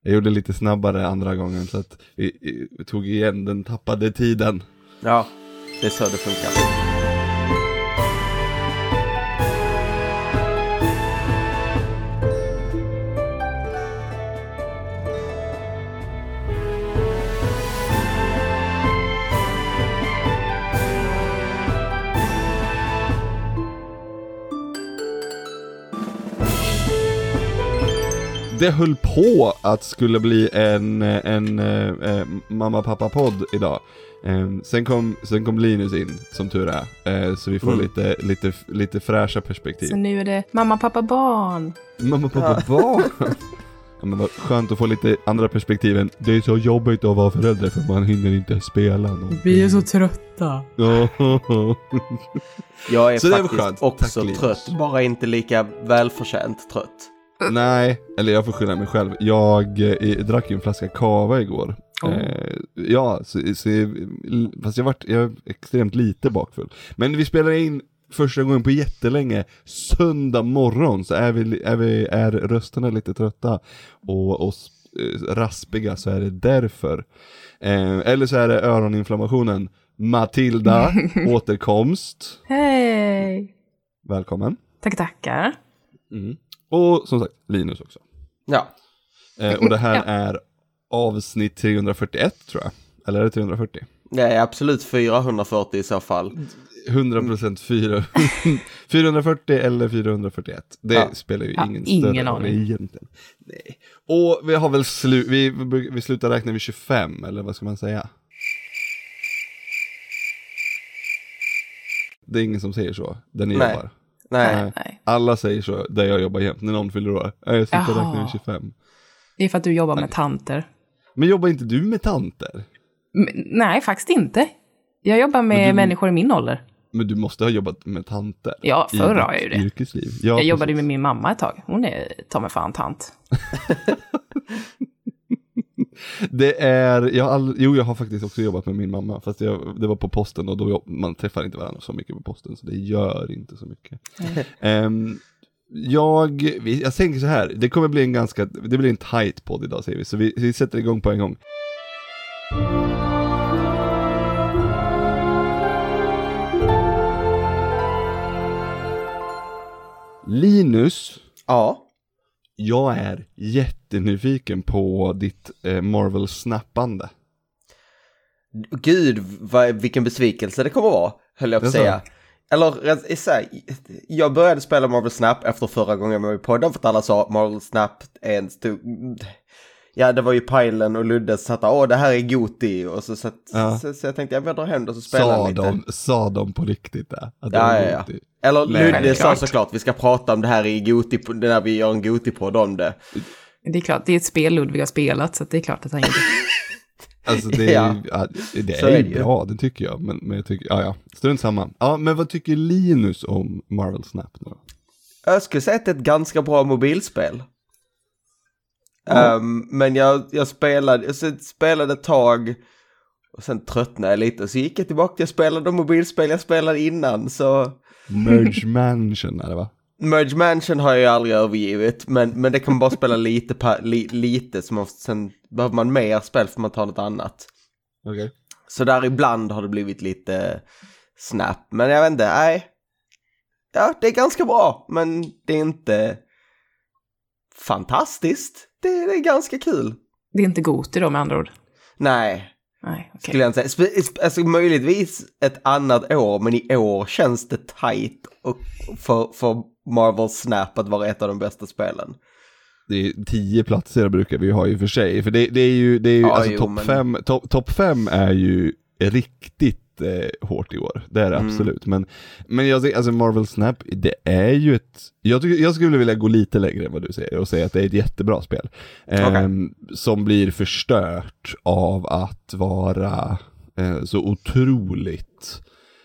Jag gjorde lite snabbare andra gången så att vi tog igen den tappade tiden. Ja, det är så det funkar. Det höll på att skulle bli en mamma-pappa-podd idag. Sen kom Linus in, som tur är. Så vi får lite fräscha perspektiv. Så nu är det mamma-pappa-barn. Mamma-pappa-barn? Ja, men vad skönt att få lite andra perspektiv än det är så jobbigt att vara förälder för man hinner inte spela någonting. Vi är så trötta. Jag är så faktiskt också trött, bara inte lika välförtjänt trött. Nej, eller jag får skylla mig själv. Jag drack ju en flaska kava igår. Ja, fast jag är extremt lite bakfull. Men vi spelar in första gången på jättelänge söndag morgon, så är rösterna lite trötta och raspiga, så är det därför. Eller så är det öroninflammationen. Matilda, återkomst. Hej! Välkommen. Tackar. Och som sagt, Linus också. Ja. Och det här är avsnitt 341 tror jag. Eller är det 340? Det är absolut 440 i så fall. 100% 440 eller 441. Det spelar ju ingen roll egentligen. Nej. Och vi har väl vi slutar räkna vid 25, eller vad ska man säga? Det är ingen som säger så, där ni jobbar. Nej. Alla säger så där jag jobbar jämt. När någon fyller år, jag sitter och räknar vid 25. Det är för att du jobbar med tanter. Men jobbar inte du med tanter? Nej, faktiskt inte. Jag jobbar med människor i min ålder. Men du måste ha jobbat med tanter. Ja, förr har jag ju det. Yrkesliv. Ja, jag jobbade med min mamma ett tag. Hon är ta mig fan tant. Det är jag har faktiskt också jobbat med min mamma, fast det var på posten och då man träffar inte varandra så mycket på posten, så det gör inte så mycket. Jag tänker så här, det kommer bli det blir en tight podd idag, säger vi. Så vi sätter igång på en gång. Linus. Ja. Jag är jättenyfiken på ditt Marvel-snappande. Gud, vilken besvikelse det kommer vara, höll jag på att säga. Eller, jag började spela Marvel Snap efter förra gången jag var i podden, för att alla sa Marvel Snap är en stor... Ja, det var ju Pajlen och Ludde som satt, det här är Goti. Och så jag tänkte, jag drar hem och så spelar lite. Sa de på riktigt det? Ja. Eller Ludde sa såklart, vi ska prata om det här i Goti, när vi gör en Goti-podd om det. Det är klart, det är ett spel Ludvig har spelat, så det är klart att han inte... Alltså det är ju bra, det tycker jag. Men jag tycker, strunt samma. Ja, men vad tycker Linus om Marvel Snap nu? Jag skulle säga att det är ett ganska bra mobilspel. Men jag spelade ett tag och sen tröttnade jag lite. Så gick jag tillbaka till att spela de mobilspel jag spelade innan. Så... Merge Mansion är det, va? Merge Mansion har jag ju aldrig övergivit. Men det kan man bara spela lite. Så sen behöver man mer spel för man tar något annat. Okay. Så där ibland har det blivit lite Snap. Men jag vet inte, ja, det är ganska bra. Men det är inte fantastiskt. Det är ganska kul. Det är inte Goti då, med andra ord? Nej. Nej, okay. Skulle jag inte säga. Alltså möjligtvis ett annat år, men i år känns det tight och för Marvel Snap att vara ett av de bästa spelen. Det är 10 platser brukar vi ha i och för sig. För det är ju alltså topp 5 är ju riktigt hårt i år. Det är det absolut. Men jag alltså Marvel Snap, det är ju ett... Jag skulle vilja gå lite längre än vad du säger och säga att det är ett jättebra spel. Som blir förstört av att vara så otroligt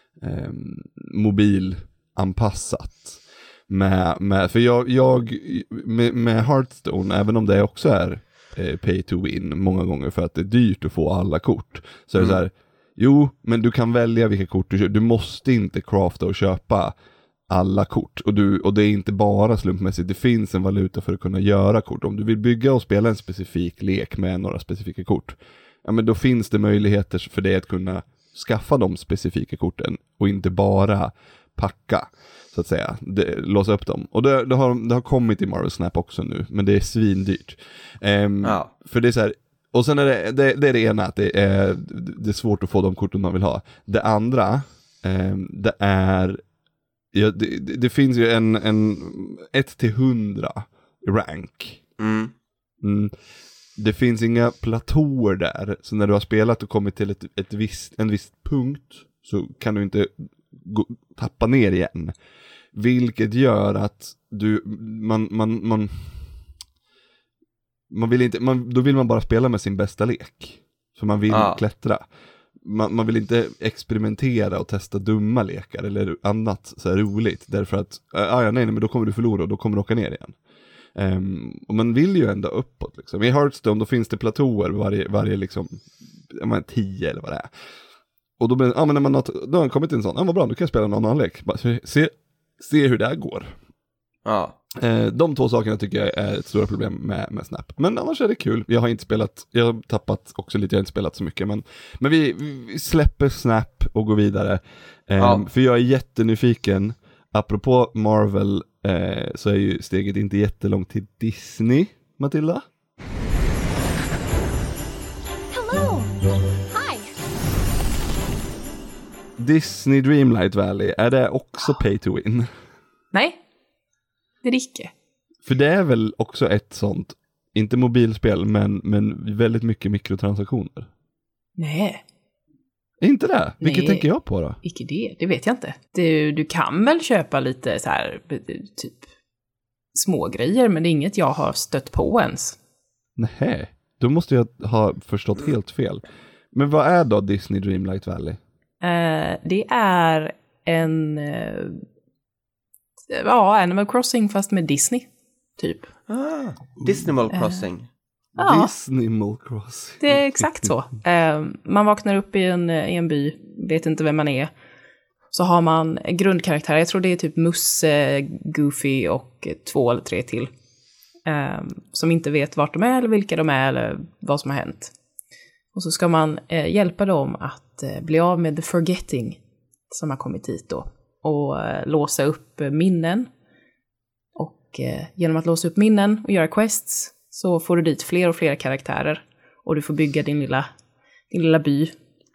mobilanpassat. För jag med Hearthstone, även om det också är pay to win många gånger för att det är dyrt att få alla kort, så är det så här, jo, men du kan välja vilka kort du köper. Du måste inte crafta och köpa alla kort. Och det är inte bara slumpmässigt, det finns en valuta för att kunna göra kort. Om du vill bygga och spela en specifik lek med några specifika kort, ja men då finns det möjligheter för dig att kunna skaffa de specifika korten och inte bara packa, så att säga, låsa upp dem. Och det har kommit i Marvel Snap också nu, men det är svindyrt. För det är så här, och sen är det är det ena, att det är svårt att få de korten man vill ha. Det andra, det är, ja, det finns ju en 1-100 rank. Det finns inga platåer där, så när du har spelat och kommit till en viss punkt så kan du inte tappa ner igen. Vilket gör att man vill inte, då vill man bara spela med sin bästa lek. För man vill klättra. Man vill inte experimentera och testa dumma lekar eller annat så här roligt. Därför att, nej, men då kommer du förlora och då kommer du åka ner igen. Och man vill ju ändå uppåt liksom. I Hearthstone då finns det platåer varje liksom 10 eller vad det är. Och då blir men när man då har kommit till en sån, vad bra, då kan jag spela någon annan lek. Bara, se hur det här går. De två sakerna tycker jag är ett stort problem med Snap. Men annars är det kul. Jag har tappat också lite, jag har inte spelat så mycket. Men vi släpper Snap och går vidare. För jag är jättenyfiken. Apropå Marvel så är ju steget inte jättelångt till Disney, Matilda. Hello. Hi. Disney Dreamlight Valley, är det också pay to win? Nej, det är det icke. För det är väl också ett sånt, inte mobilspel, men väldigt mycket mikrotransaktioner. Nej. Är inte det? Nej. Vilket tänker jag på då? Icke det vet jag inte. Du kan väl köpa lite så här, typ små grejer, men det är inget jag har stött på ens. Nej, då måste jag ha förstått helt fel. Men vad är då Disney Dreamlight Valley? Det är en Animal Crossing fast med Disney, typ. Disneymal Crossing. Ja. Disneymal Crossing. Det är exakt så. Man vaknar upp i en by, vet inte vem man är. Så har man grundkaraktärer, jag tror det är typ Musse, Goofy och 2 eller 3 till. Som inte vet vart de är eller vilka de är eller vad som har hänt. Och så ska man hjälpa dem att bli av med the forgetting som har kommit hit då. Och låsa upp minnen. Och genom att låsa upp minnen och göra quests så får du dit fler och fler karaktärer. Och du får bygga din lilla by.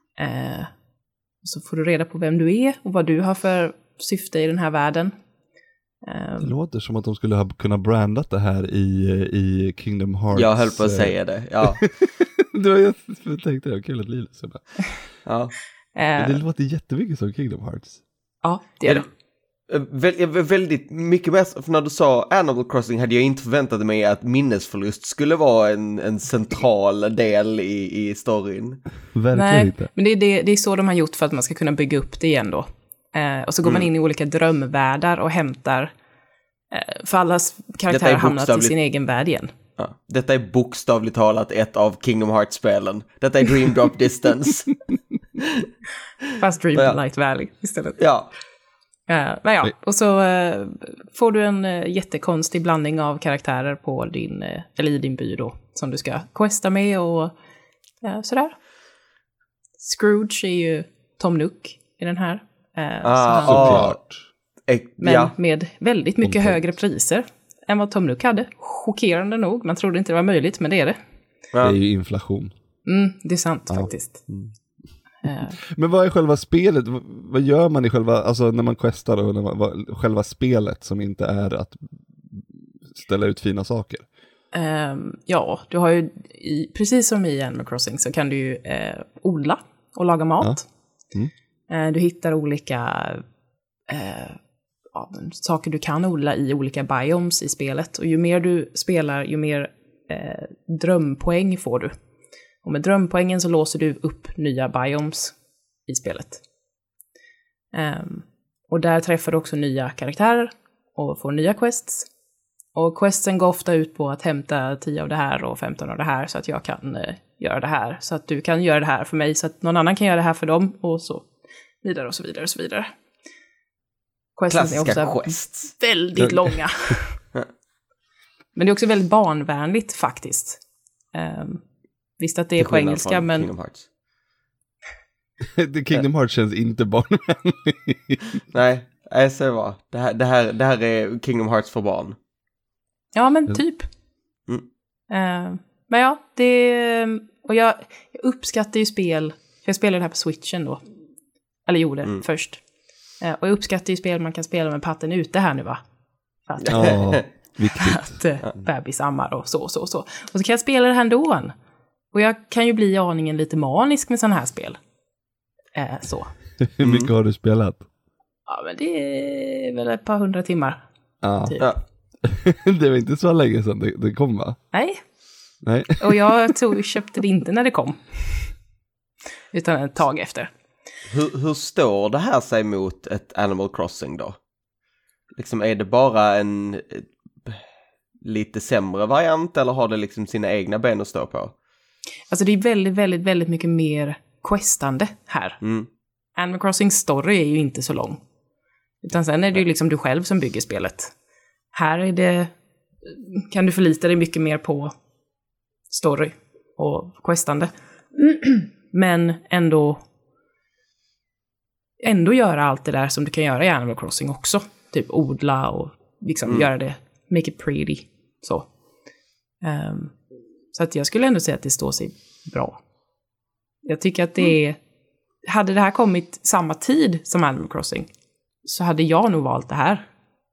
Så får du reda på vem du är och vad du har för syfte i den här världen. Det låter som att de skulle ha kunnat brandat det här i Kingdom Hearts. Jag höll på att säga det, ja. Jag tänkte det var kul att Lila så där. Ja. Det låter jättemycket som Kingdom Hearts. Ja, det är det. Väldigt mycket mer, för när du sa Animal Crossing hade jag inte förväntat mig att minnesförlust skulle vara en central del i storyn. Verkligen inte. Men det är så de har gjort för att man ska kunna bygga upp det igen då. Och så går man in i olika drömvärldar och hämtar, för alla karaktärer hamnat i sin egen värld igen. Ja. Detta är bokstavligt talat ett av Kingdom Hearts-spelen. Detta är Dream Drop Distance. Fast Dreamlight Valley istället. Ja. Men ja, och så får du en jättekonstig blandning av karaktärer på i din by då, som du ska questa med och sådär. Scrooge är ju Tom Nook i den här. Såklart. Men med väldigt mycket högre priser än vad Tom Nook hade. Chockerande nog, man trodde inte det var möjligt, men det är det. Det är ju inflation. Det är sant faktiskt. Men vad är själva spelet? Vad gör man i själva, alltså när man questar och själva spelet som inte är att ställa ut fina saker? Ja, du har ju precis som i Animal Crossing så kan du ju odla och laga mat. Du hittar olika saker du kan odla i olika biomes i spelet. Och ju mer du spelar, ju mer drömpoäng får du. Och med drömpoängen så låser du upp nya biomes i spelet. Och där träffar du också nya karaktärer och får nya quests. Och questsen går ofta ut på att hämta 10 av det här och 15 av det här så att jag kan göra det här. Så att du kan göra det här för mig så att någon annan kan göra det här för dem och så vidare och så vidare och så vidare. Klassiska quests. Väldigt långa. Men det är också väldigt barnvänligt faktiskt. Visst att det är på engelska, men... Kingdom Hearts. Kingdom Hearts känns inte barnvänligt. Nej, så var. Det här är Kingdom Hearts för barn. Ja, men typ. Men ja, och jag uppskattar ju spel, för jag spelade det här på Switchen då. Eller gjorde först. Och jag uppskattar ju spel man kan spela med patten ute här nu, va? För att, viktigt. att bebis ammar och så. Och så kan jag spela det här ändå. Och jag kan ju bli aningen lite manisk med sådana här spel. Så. Hur mycket har du spelat? Ja, men det är väl ett par 100 timmar. Typ. Ja. Det var inte så länge sedan det kom, va? Nej. Och jag köpte det inte när det kom. Utan ett tag efter. Hur står det här sig mot ett Animal Crossing då? Liksom, är det bara en lite sämre variant, eller har det liksom sina egna ben att stå på? Alltså det är väldigt, väldigt, väldigt mycket mer questande här. Animal Crossing story är ju inte så lång. Utan sen är det ju liksom du själv som bygger spelet. Här kan du förlita dig mycket mer på story och questande. Men ändå göra allt det där som du kan göra i Animal Crossing också. Typ odla och liksom göra det, make it pretty. Så. Så att jag skulle ändå säga att det står sig bra. Jag tycker att hade det här kommit samma tid som Animal Crossing, så hade jag nog valt det här.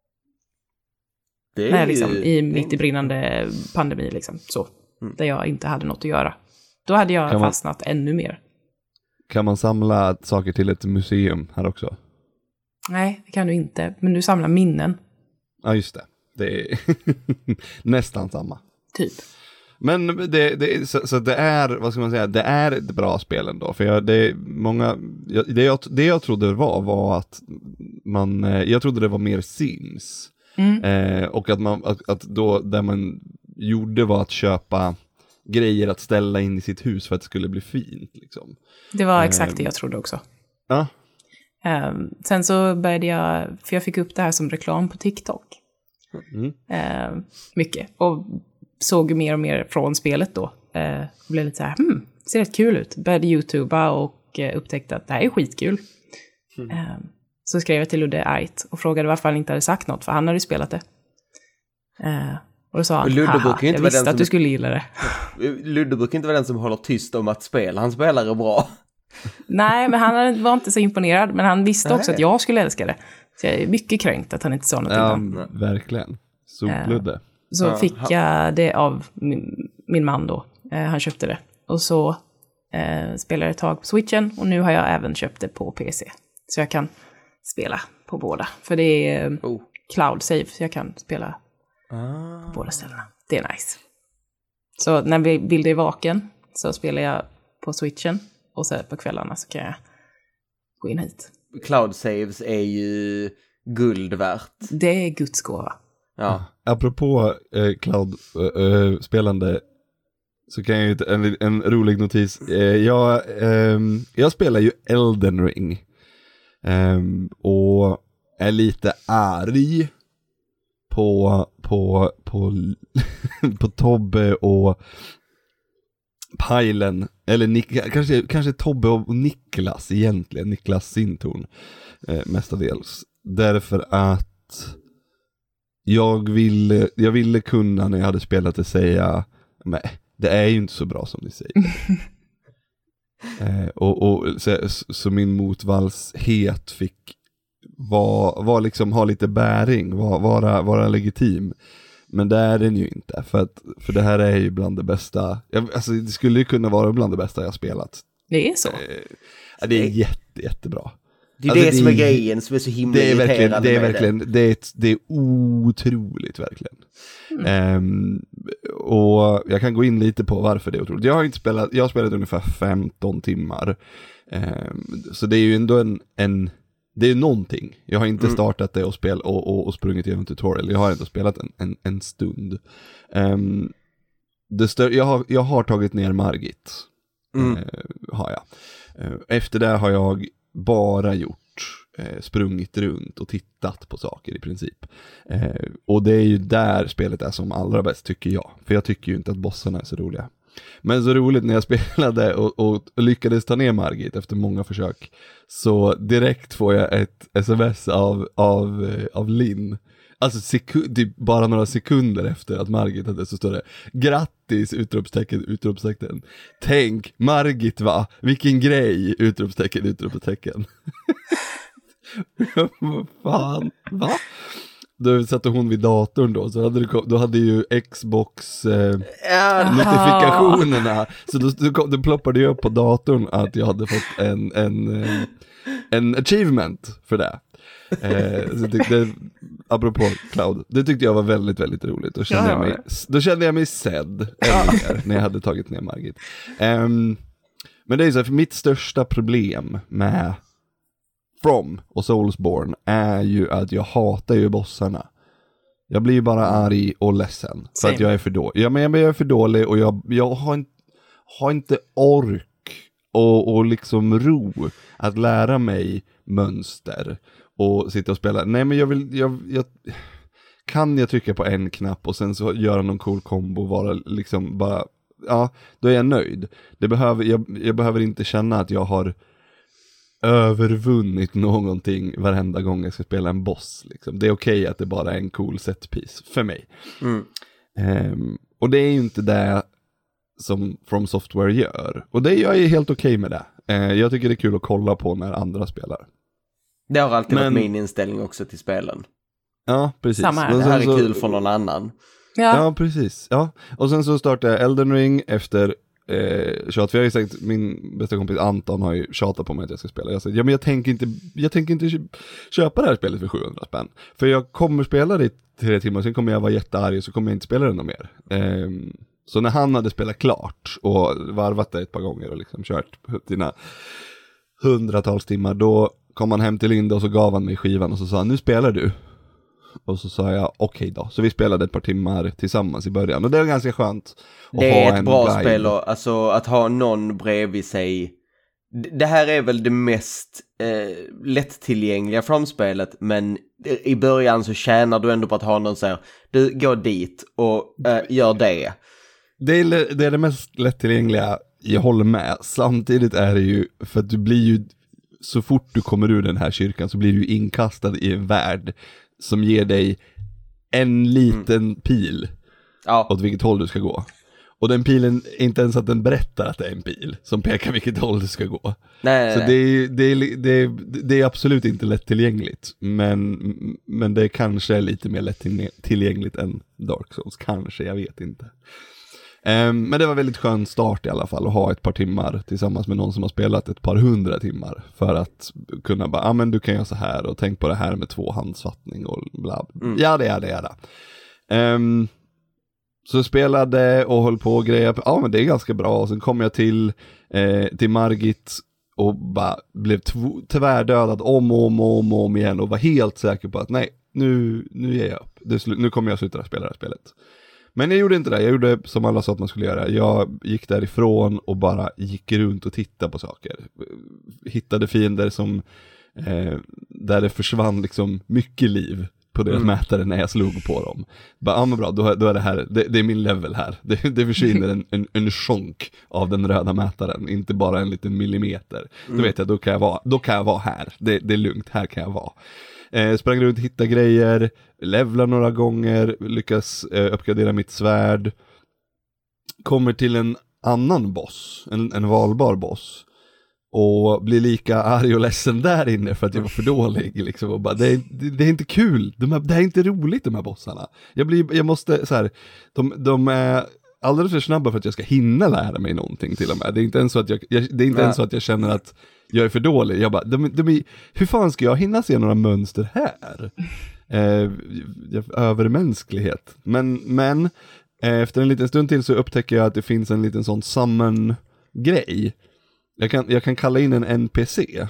Det är liksom, mitt i brinnande pandemi liksom, så. Där jag inte hade något att göra. Då hade jag fastnat ännu mer. Kan man samla saker till ett museum här också? Nej, det kan du inte. Men du samlar minnen. Ja, just det. Det är nästan samma. Typ. Men så det är, vad ska man säga, det är ett bra spel ändå. För det jag trodde var att jag trodde det var mer Sims. Och att då där man gjorde var att köpa grejer att ställa in i sitt hus för att det skulle bli fint liksom. Det var exakt det jag trodde också. Ja. Sen så började för jag fick upp det här som reklam på TikTok. Mycket. Och såg mer och mer från spelet då. Blev lite så här, ser rätt kul ut. Började YouTuba och upptäckte att det här är skitkul. Så skrev jag till Ludde argt och frågade varför han inte hade sagt något, för han hade ju spelat det. Och då sa han, jag visste att du skulle gilla det. Ludde brukar inte vara den som håller tyst om att spela. Han spelar är bra. Nej, men han var inte så imponerad. Men han visste också att jag skulle älska det. Så jag är mycket kränkt att han inte sa något innan. Ja, verkligen. Sopludde. Så fick jag det av min man då. Han köpte det. Och så spelade jag ett tag på Switchen. Och nu har jag även köpt det på PC. Så jag kan spela på båda. För det är cloud save. Så jag kan spela på båda ställena. Det är nice. Så när bilden är vaken så spelar jag på Switchen. Och så på kvällarna så kan jag gå in hit. Cloud saves är ju guld värt. Det är Guds gåva. Ja. Apropå cloud-spelande så kan jag ju en rolig notis. Jag spelar ju Elden Ring. Och är lite arg på Tobbe och Pajlen, eller kanske Tobbe och Niklas egentligen, Niklas Sintorn mestadels, därför att jag ville kunna när jag hade spelat det säga, men det är ju inte så bra som ni säger. Så min motvallshet fick var liksom ha lite bäring, vara legitim. Men det är den ju inte, för det här är ju bland det bästa. Alltså det skulle ju kunna vara bland det bästa jag spelat. Det är så. Det är jättebra. Det är alltså, det som är grejen som är så himla irriterande. Det är otroligt verkligen. Och jag kan gå in lite på varför det är otroligt. Jag har spelat ungefär 15 timmar. Så det är ju ändå det är ju någonting. Jag har inte startat det och sprungit igenom tutorial. Jag har ändå spelat en stund. Jag har tagit ner Margit. Har jag. Efter det har jag bara gjort sprungit runt och tittat på saker i princip. Och det är ju där spelet är som allra bäst tycker jag. För jag tycker ju inte att bossarna är så roliga. Men så roligt när jag spelade och lyckades ta ner Margit efter många försök, så direkt får jag ett sms av Linn. Alltså typ bara några sekunder efter att Margit hade, så står det grattis, utropstecken. Tänk, Margit va? Vilken grej, utropstecken. Vad fan, va? Då satte hon vid datorn då, så då hade ju Xbox notifikationerna, så då ploppade jag upp på datorn att jag hade fått en achievement för det. Så apropå Cloud, det tyckte jag var väldigt, väldigt roligt. Då kände jag mig sedd när jag hade tagit ner Margit. Men det är så här, för mitt största problem med From och Soulsborne är ju att jag hatar ju bossarna. Jag blir ju bara arg och ledsen för att jag är för dålig. Ja, men jag är för dålig och jag har inte ork och liksom ro att lära mig mönster och sitta och spela. Nej, men kan jag trycka på en knapp och sen så göra någon cool kombo, vara liksom bara, ja, då är jag nöjd. Jag behöver inte känna att jag har övervunnit någonting varenda gång jag ska spela en boss liksom. Det är okej att det bara är en cool setpiece för mig. Och det är ju inte det som From Software gör. Och jag är helt okej med det. Jag tycker det är kul att kolla på när andra spelar. Det har alltid varit min inställning också till spelen. Ja, precis. Samma här. Det här är kul för någon annan. Ja, precis. Ja. Och sen så startade jag Elden Ring efter tjat, för jag har ju sagt, min bästa kompis Anton har ju tjatat på mig att jag ska spela. Jag säger, ja men jag tänker inte köpa det här spelet för 700 spänn. För jag kommer spela det i 3 timmar, sen kommer jag vara jättearg och så kommer jag inte spela det något mer. Så när han hade spelat klart och varvat det ett par gånger och liksom kört sina 100-tals timmar, då kom han hem till Linda och så gav han mig skivan och så sa han, nu spelar du. Och så sa jag, okej då. Så vi spelade ett par timmar tillsammans i början. Och det är ganska skönt att det ha är ett bra guide. spel, alltså att ha någon bredvid sig. Det här är väl det mest lättillgängliga från spelet, men i början så tjänar du ändå på att ha någon så här, du går dit och gör det. Det är det mest lättillgängliga, jag håller med. Samtidigt är det ju, för att du blir ju, så fort du kommer ur den här kyrkan så blir du inkastad i en värld som ger dig en liten pil åt vilket håll du ska gå. Och den pilen är inte ens att den berättar att det är en pil som pekar vilket håll du ska gå. Nej. Så det är absolut inte lättillgängligt. Men det kanske är lite mer lättillgängligt än Dark Souls. Kanske, jag vet inte. Men det var väldigt skön start i alla fall, att ha ett par timmar tillsammans med någon som har spelat ett par 100 timmar för att kunna bara, men du kan göra så här och tänk på det här med 2-handsfattning och bla. Ja, det är det. Så spelade och höll på och grejer. Men det är ganska bra. Och sen kom jag till Margit och bara blev tvärdödad om igen och var helt säker på att nej, nu ger jag upp. Nu kommer jag sluta spela det här spelet. Men jag gjorde inte det. Jag gjorde som alla sa att man skulle göra. Jag gick därifrån och bara gick runt och tittade på saker. Hittade fiender som där det försvann liksom mycket liv på deras mätare när jag slog på dem. Bara, men bra, då är det här, det är min level här. Det försvinner en chonk av den röda mätaren, inte bara en liten millimeter. Då vet jag, då kan jag vara här. Det är lugnt, här kan jag vara. Sprang runt, hitta grejer, levla några gånger, lyckas uppgradera mitt svärd. Kommer till en annan boss, en valbar boss. Och blir lika arg och ledsen där inne för att jag var för dålig. Liksom, och bara, det är inte kul, det är inte roligt de här bossarna. Jag måste, så här, de är alldeles för snabba för att jag ska hinna lära mig någonting till och med. Det är inte ens så att ens så att jag känner att jag är för dålig. Jag bara, hur fan ska jag hinna se några mönster här? Övermänsklighet. Men efter en liten stund till så upptäcker jag att det finns en liten sån summon-grej. Jag kan kalla in en NPC.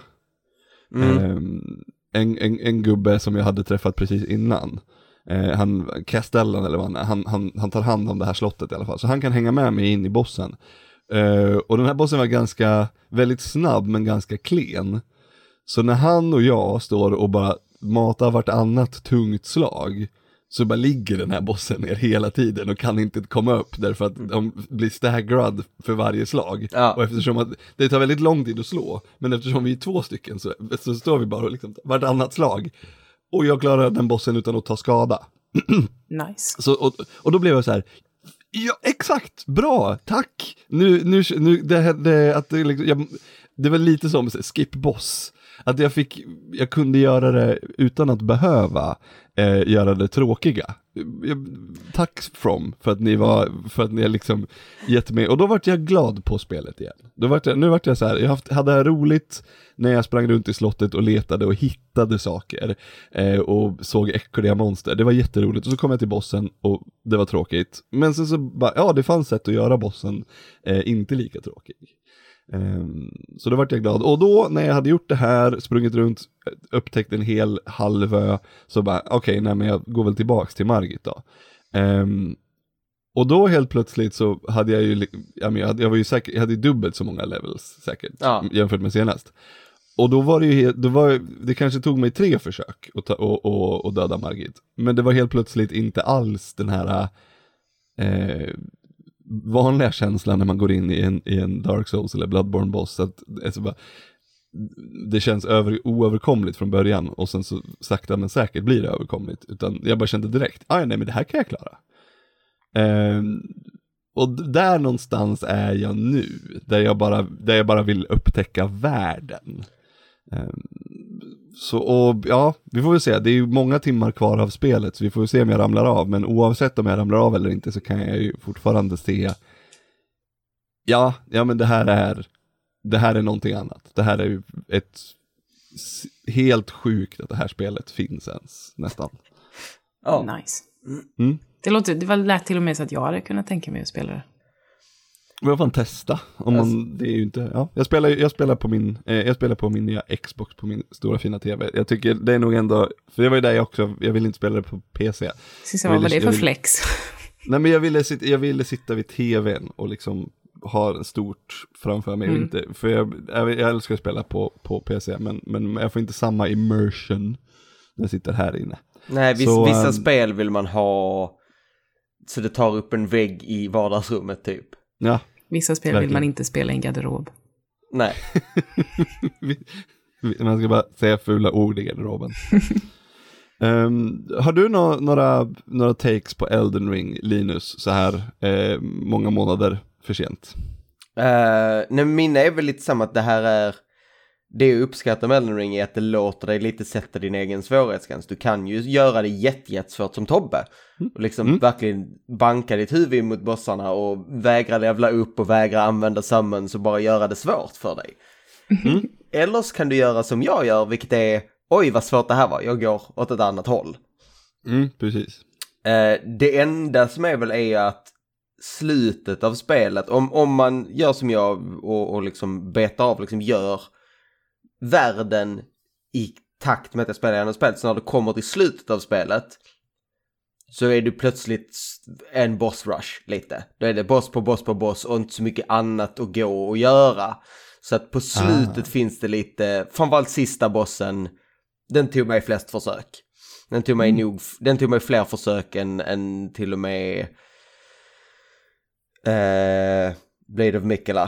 En gubbe som jag hade träffat precis innan. Castellan eller vad han tar hand om det här slottet i alla fall. Så han kan hänga med mig in i bossen. Och den här bossen var väldigt snabb men ganska klen. Så när han och jag står och bara matar vartannat tungt slag, så bara ligger den här bossen ner hela tiden och kan inte komma upp därför att de blir staggerad för varje slag. Ja. Och eftersom att det tar väldigt lång tid att slå, men eftersom vi är 2 stycken så står vi bara och liksom vartannat slag. Och jag klarar den bossen utan att ta skada. Nice. Så, och då blev jag så här: ja, exakt, bra, tack. Nu det var lite som skip boss. Att jag kunde göra det utan att behöva göra det tråkiga. Tack för att ni har liksom gett mig. Och då vart jag glad på spelet igen. Nu vart jag så här, jag hade roligt när jag sprang runt i slottet och letade och hittade saker och såg äckliga monster. Det var jätteroligt. Och så kom jag till bossen och det var tråkigt. Men sen så bara, ja, det fanns sätt att göra bossen inte lika tråkig. Så då vart jag glad. Och då när jag hade gjort det här, sprungit runt, upptäckt en hel halvö, så bara okej, nej, men jag går väl tillbaks till Margit då. Och då helt plötsligt så hade jag ju, jag var ju säker, jag hade dubbelt så många levels säkert jämfört med senast. Och då var det ju det kanske tog mig 3 försök att döda Margit. Men det var helt plötsligt inte alls den här vanliga känslan när man går in i en Dark Souls eller Bloodborne boss, att bara, det känns oöverkomligt från början och sen så sakta men säkert blir det överkomligt, utan jag bara kände direkt, nej, men det här kan jag klara. Och där någonstans är jag nu, där jag bara vill upptäcka världen. Så, och ja, vi får väl se, det är ju många timmar kvar av spelet, så vi får väl se om jag ramlar av, men oavsett om jag ramlar av eller inte så kan jag ju fortfarande se, ja men det här är någonting annat. Det här är ju ett helt sjukt att det här spelet finns ens, nästan. Nice. Det lät till och med så att jag hade kunnat tänka mig att spela det. Jag får testa. Det är ju inte, ja. Jag spelar på min nya Xbox på min stora fina TV. Jag tycker det är nog ändå, för det var ju där jag ville inte spela det på PC. Vad var det för flex? Nej, men jag ville sitta vid TVn och liksom ha en stort framför mig. Inte, för jag älskar att spela på PC, men jag får inte samma immersion när jag sitter här inne. Nej, vissa spel vill man ha så det tar upp en vägg i vardagsrummet typ. Ja. Vissa spel vill man inte spela i en garderob. Nej. Man ska bara säga fula ord i garderoben. Har du några takes på Elden Ring, Linus, så här många månader för sent? Nej, min är väl lite samma, att det här är, det jag uppskattar med Elden Ring är att det låter dig lite sätta din egen svårighetsgräns. Du kan ju göra det jättesvårt som Tobbe. Och liksom verkligen banka ditt huvud mot bossarna och vägra levla upp och vägra använda summons och bara göra det svårt för dig. Eller så kan du göra som jag gör, vilket är, oj vad svårt det här var, jag går åt ett annat håll. Precis. Det enda som är väl är att slutet av spelet, om man gör som jag och liksom betar av, liksom gör världen i takt med att jag spelar genom spelet, så när du kommer till slutet av spelet så är du plötsligt en boss rush lite. Då är det boss på boss på boss och inte så mycket annat att gå och göra. Så att på slutet finns det lite, framförallt sista bossen, den tog mig flest försök. Den tog mig fler försök än till och med Blade of Miquella.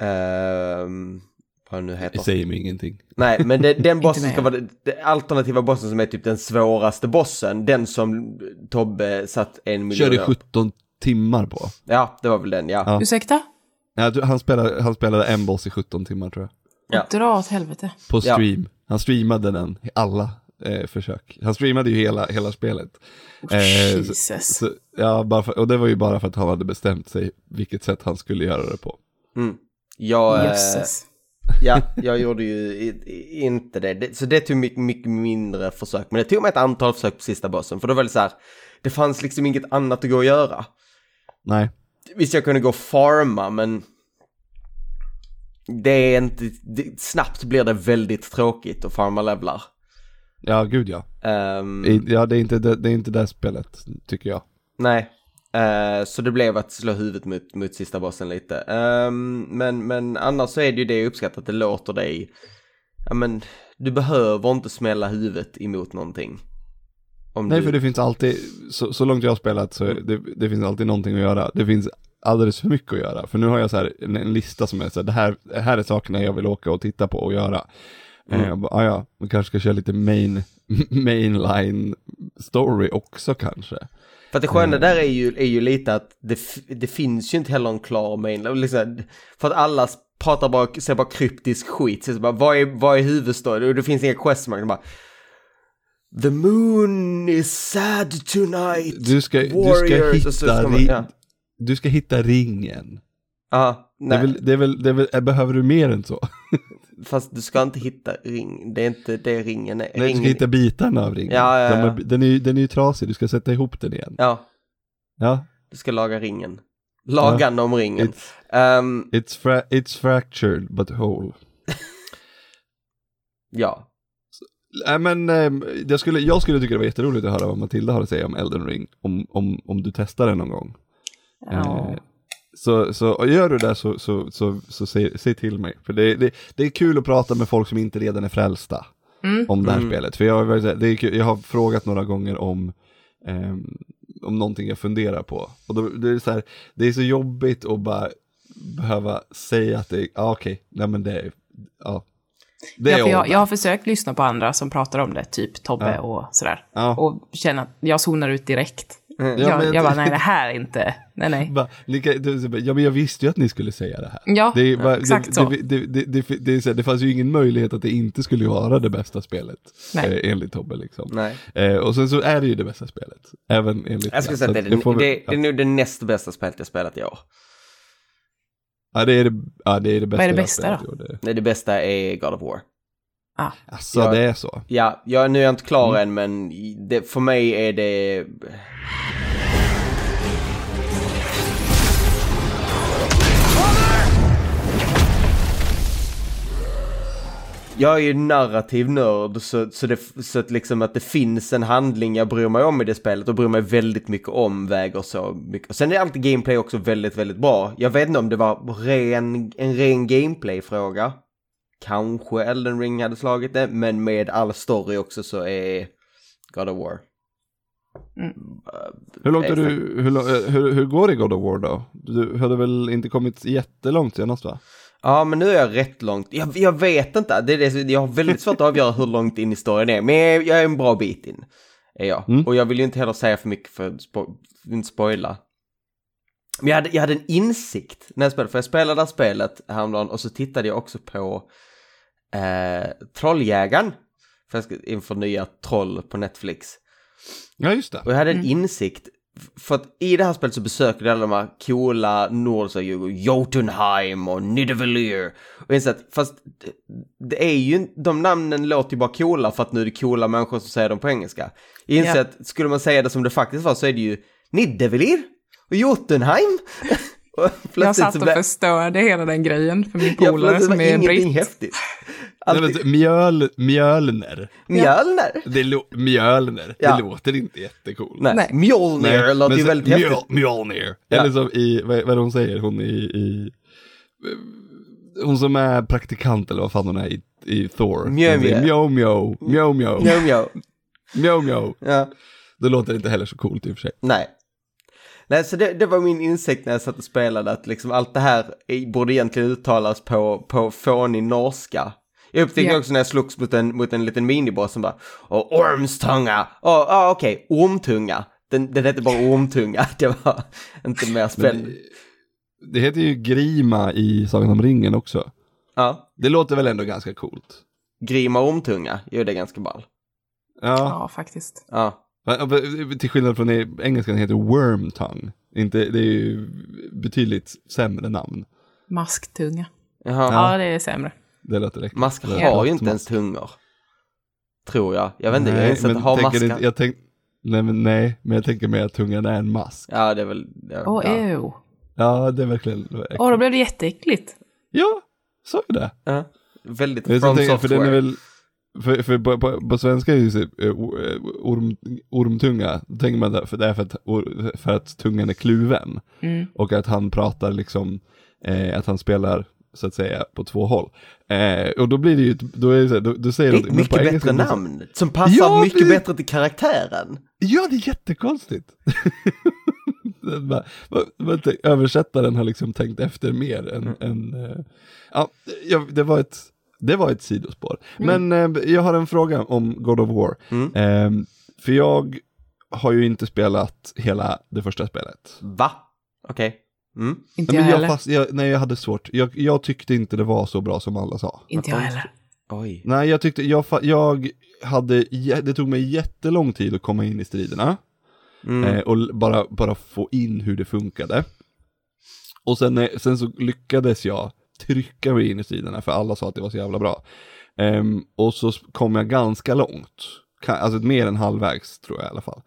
Vad nu heter. Det säger mig ingenting. Nej, men den bossen ska vara den alternativa bossen som är typ den svåraste bossen. Den som Tobbe satt 1 miljon. Körde 17 timmar på. Ja, det var väl den, ja. Ursäkta? Ja, han spelade en boss i 17 timmar tror jag. Ja. Dra åt helvete. På stream. Ja. Han streamade den i alla försök. Han streamade ju hela spelet. Jesus. Ja, och det var ju bara för att han hade bestämt sig vilket sätt han skulle göra det på. Jesus. Jag gjorde ju inte det. Så det tog mycket mindre försök. Men det tog mig ett antal försök på sista bossen. För då var det så här, det fanns liksom inget annat att gå och göra. Nej. Visst, jag kunde gå och farma, men det är inte, snabbt blir det väldigt tråkigt att farma levlar. Ja, gud ja. Ja, det är inte det spelet, tycker jag. Nej. Så det blev att slå huvudet mot sista bossen lite. Men annars så är det ju det jag uppskattar, att det låter dig ja men du behöver inte smälla huvudet emot någonting. Nej, för det finns alltid, så långt jag har spelat så det finns alltid någonting att göra. Det finns alldeles för mycket att göra. För nu har jag så här en lista som är så här, det här är sakerna jag vill åka och titta på och göra. Man kanske ska köra lite mainline story också kanske. För att det sköna där är ju lite att det finns ju inte heller en klar mainline. Liksom, för att alla ser bara kryptisk skit. Så bara, vad är huvudstoryn? Och det finns inga questmark. Bara, the moon is sad tonight. Du ska hitta ringen. Nej. Det är väl, behöver du mer än så? Fast du ska inte hitta ring. Det är inte det ringen är. Nej, du ska hitta bitarna av ringen. Ja. Den är ju trasig, du ska sätta ihop den igen. Ja. Du ska laga ringen. Lagan om ringen. It's fractured but whole. Ja. Men jag skulle tycka det var jätteroligt att höra vad Matilda har att säga om Elden Ring. Om du testar den någon gång. Så gör du det så säg till mig. För det är kul att prata med folk som inte redan är frälsta om det här spelet. För jag har frågat några gånger om någonting jag funderar på. Och då, det är så jobbigt att bara behöva säga att det är okej. Nej men det är jag har försökt lyssna på andra som pratar om det, typ Tobbe och sådär. Och känner att jag zonar ut direkt. Jag bara, nej det här är inte. Nej. Ja, men jag visste ju att ni skulle säga det här. Ja, exakt så. Det fanns ju ingen möjlighet att det inte skulle vara det bästa spelet. Enligt Tobbe liksom. Nej. Och sen så är det ju det bästa spelet. Även enligt jag skulle säga att det är nog det näst bästa spelet jag spelat i år. Ja, det är det bästa. Vad är det bästa då? Nej, det bästa är God of War. Alltså, det är så. Ja, nu är jag inte klar än, men för mig är det... Jag är ju narrativ nörd så att liksom att det finns en handling jag bryr mig om i det spelet och bryr mig väldigt mycket om väger så mycket. Och sen är alltid gameplay också väldigt, väldigt bra. Jag vet inte om det var en ren gameplay-fråga. Kanske Elden Ring hade slagit det, men med all story också så är God of War. Hur går det i God of War då? Du hade väl inte kommit jättelångt senast, va? Ja, men nu är jag rätt långt. Jag vet inte. Jag har väldigt svårt att avgöra hur långt in i storyn är. Men jag är en bra bit in. Är jag. Och jag vill ju inte heller säga för mycket för att inte spoila. Men jag hade en insikt när jag spelade. För jag spelade det här spelet häromdagen. Och så tittade jag också på Trolljägaren. Inför nya Troll på Netflix. Ja, just det. Och jag hade en insikt. För att i det här spelet så besöker alla de här coola Jotunheim och Nidavellir. Och insett att fast det är ju, de namnen låter ju bara coola för att nu är det coola människor som säger dem på engelska. Jag inser att skulle man säga det som det faktiskt var så är det ju Nidavellir och Jotunheim. Och jag satt och förstörde hela den grejen för min polare som är britt. Häftigt. Mjölner. Mjölner. Ja. Det låter inte jättekul. Nej. Mjölner låter ju väldigt häftigt. Mjölner. Eller som i, vad är det hon säger? Hon som är praktikant eller vad fan hon är i Thor. Mjau. Ja. Det låter inte heller så coolt i och för sig. Nej, så det var min insikt när jag satt och spelade att liksom allt det här borde egentligen uttalas på fånig norska. Jag upptäckte också när jag slogs mot en liten miniboss som bara ormstunga. Okej, ormtunga. Den hette bara ormtunga. Det var inte mer spännande. Det heter ju Grima i Sagan om ringen också. Ja. Det låter väl ändå ganska coolt. Grima ormtunga, det är ganska ball. Ja, faktiskt. Ja. Till skillnad från engelskan heter Wormtongue. Det är ju betydligt sämre namn. Masktunga. Jaha. Ja, det är sämre. Det låter läckert. Maskar har ju inte ens tungor. Tror jag. Jag vet inte, jag inser att ha maskar. Nej, men jag tänker mig att tungan är en mask. Ja, det är väl... Ja, det är verkligen... Då blev det jätteäckligt. Ja, så är det. Ja, väldigt from software. För den är väl... För på svenska är det ormtunga. Då tänker man det för att tungan är kluven. Och att han pratar liksom att han spelar så att säga, på 2 håll. Och då blir det ju, då är det så här, då säger det är ett mycket bättre namn, som passar mycket bättre till karaktären. Ja, det är jättekonstigt. Översättaren har liksom tänkt efter mer än det var ett sidospår. Men jag har en fråga om God of War. För jag har ju inte spelat hela det första spelet. Va? Okej. Inte jag heller. Jag hade svårt. Jag tyckte inte det var så bra som alla sa. Inte jag heller. Oj. Nej, jag tyckte det tog mig jättelång tid att komma in i striderna. Och bara få in hur det funkade. Och sen så lyckades jag trycka mig in i striderna, för alla sa att det var så jävla bra. Och så kom jag ganska långt. Alltså mer än halvvägs, tror jag i alla fall.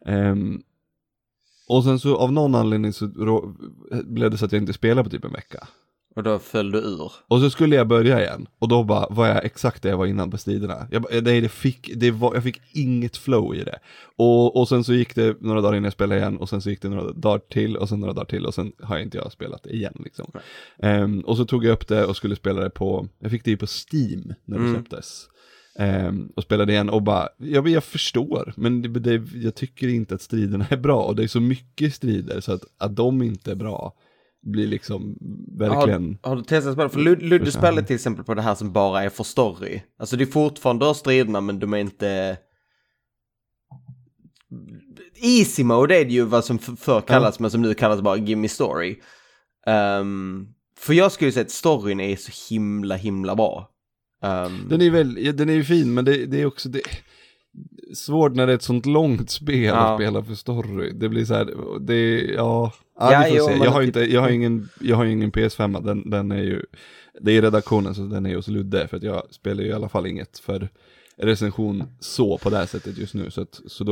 Och sen så av någon anledning så blev det så att jag inte spelade på typ en vecka. Och då föll du ur. Och så skulle jag börja igen. Och då var jag exakt det jag var innan på striderna. Jag fick inget flow i det. Och sen så gick det några dagar innan jag spelade igen. Och sen så gick det några dagar till. Och sen några dagar till. Och sen har jag inte spelat det igen liksom. Och så tog jag upp det och skulle spela det på... Jag fick det ju på Steam när det släpptes. Och spelade igen och bara... Jag förstår. Men jag tycker inte att striderna är bra. Och det är så mycket strider så att de inte är bra... blir liksom verkligen... Har du testat spela? För Ludde spelar till exempel på det här som bara är för story. Alltså det är fortfarande striderna, men de är inte... Easy mode är det ju vad som förr kallas, men som nu kallas bara Gimme Story. För jag skulle säga att storyn är så himla bra. Den är ju fin, men det är också... svårt när det är ett sånt långt spel att spela för story. Det blir så här, vi får se. Jag har ju ingen PS5, den är ju, det är redaktionen, så den är ju hos Ludde, för att jag spelar ju i alla fall inget för recension så på det här sättet just nu, så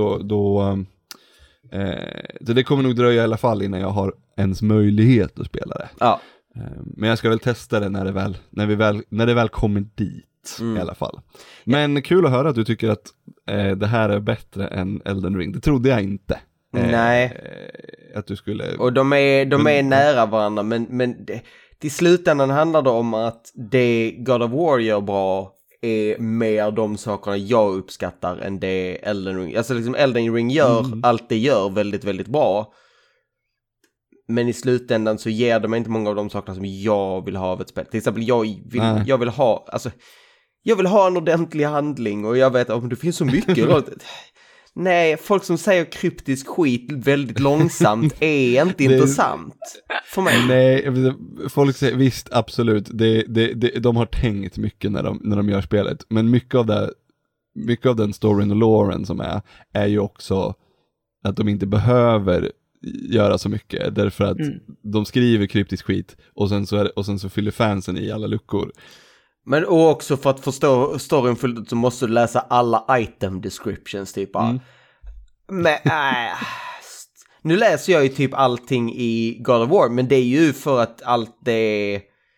det kommer nog dröja i alla fall innan jag har ens möjlighet att spela det. Ja. Men jag ska väl testa det när det väl kommer dit. I alla fall. Men kul att höra att du tycker att det här är bättre än Elden Ring. Det trodde jag inte. Nej. Att du skulle... Och de är nära varandra, men till slutändan handlar det om att det God of War gör bra är mer de sakerna jag uppskattar än det Elden Ring. Alltså liksom Elden Ring gör allt det gör väldigt, väldigt bra. Men i slutändan så ger de inte många av de sakerna som jag vill ha av ett spel. Till exempel jag vill ha en ordentlig handling, och jag vet om det finns så mycket. Nej, folk som säger kryptisk skit väldigt långsamt är inte intressant för mig. Nej, folk säger visst, absolut. De har tänkt mycket när de gör spelet. Men mycket av den storyn och loren som är ju också att de inte behöver göra så mycket, därför att de skriver kryptisk skit och sen så fyller fansen i alla luckor. Men också för att förstå storyn fullt ut så måste du läsa alla item descriptions typ. Men nu läser jag ju typ allting i God of War, men det är ju för att allt det är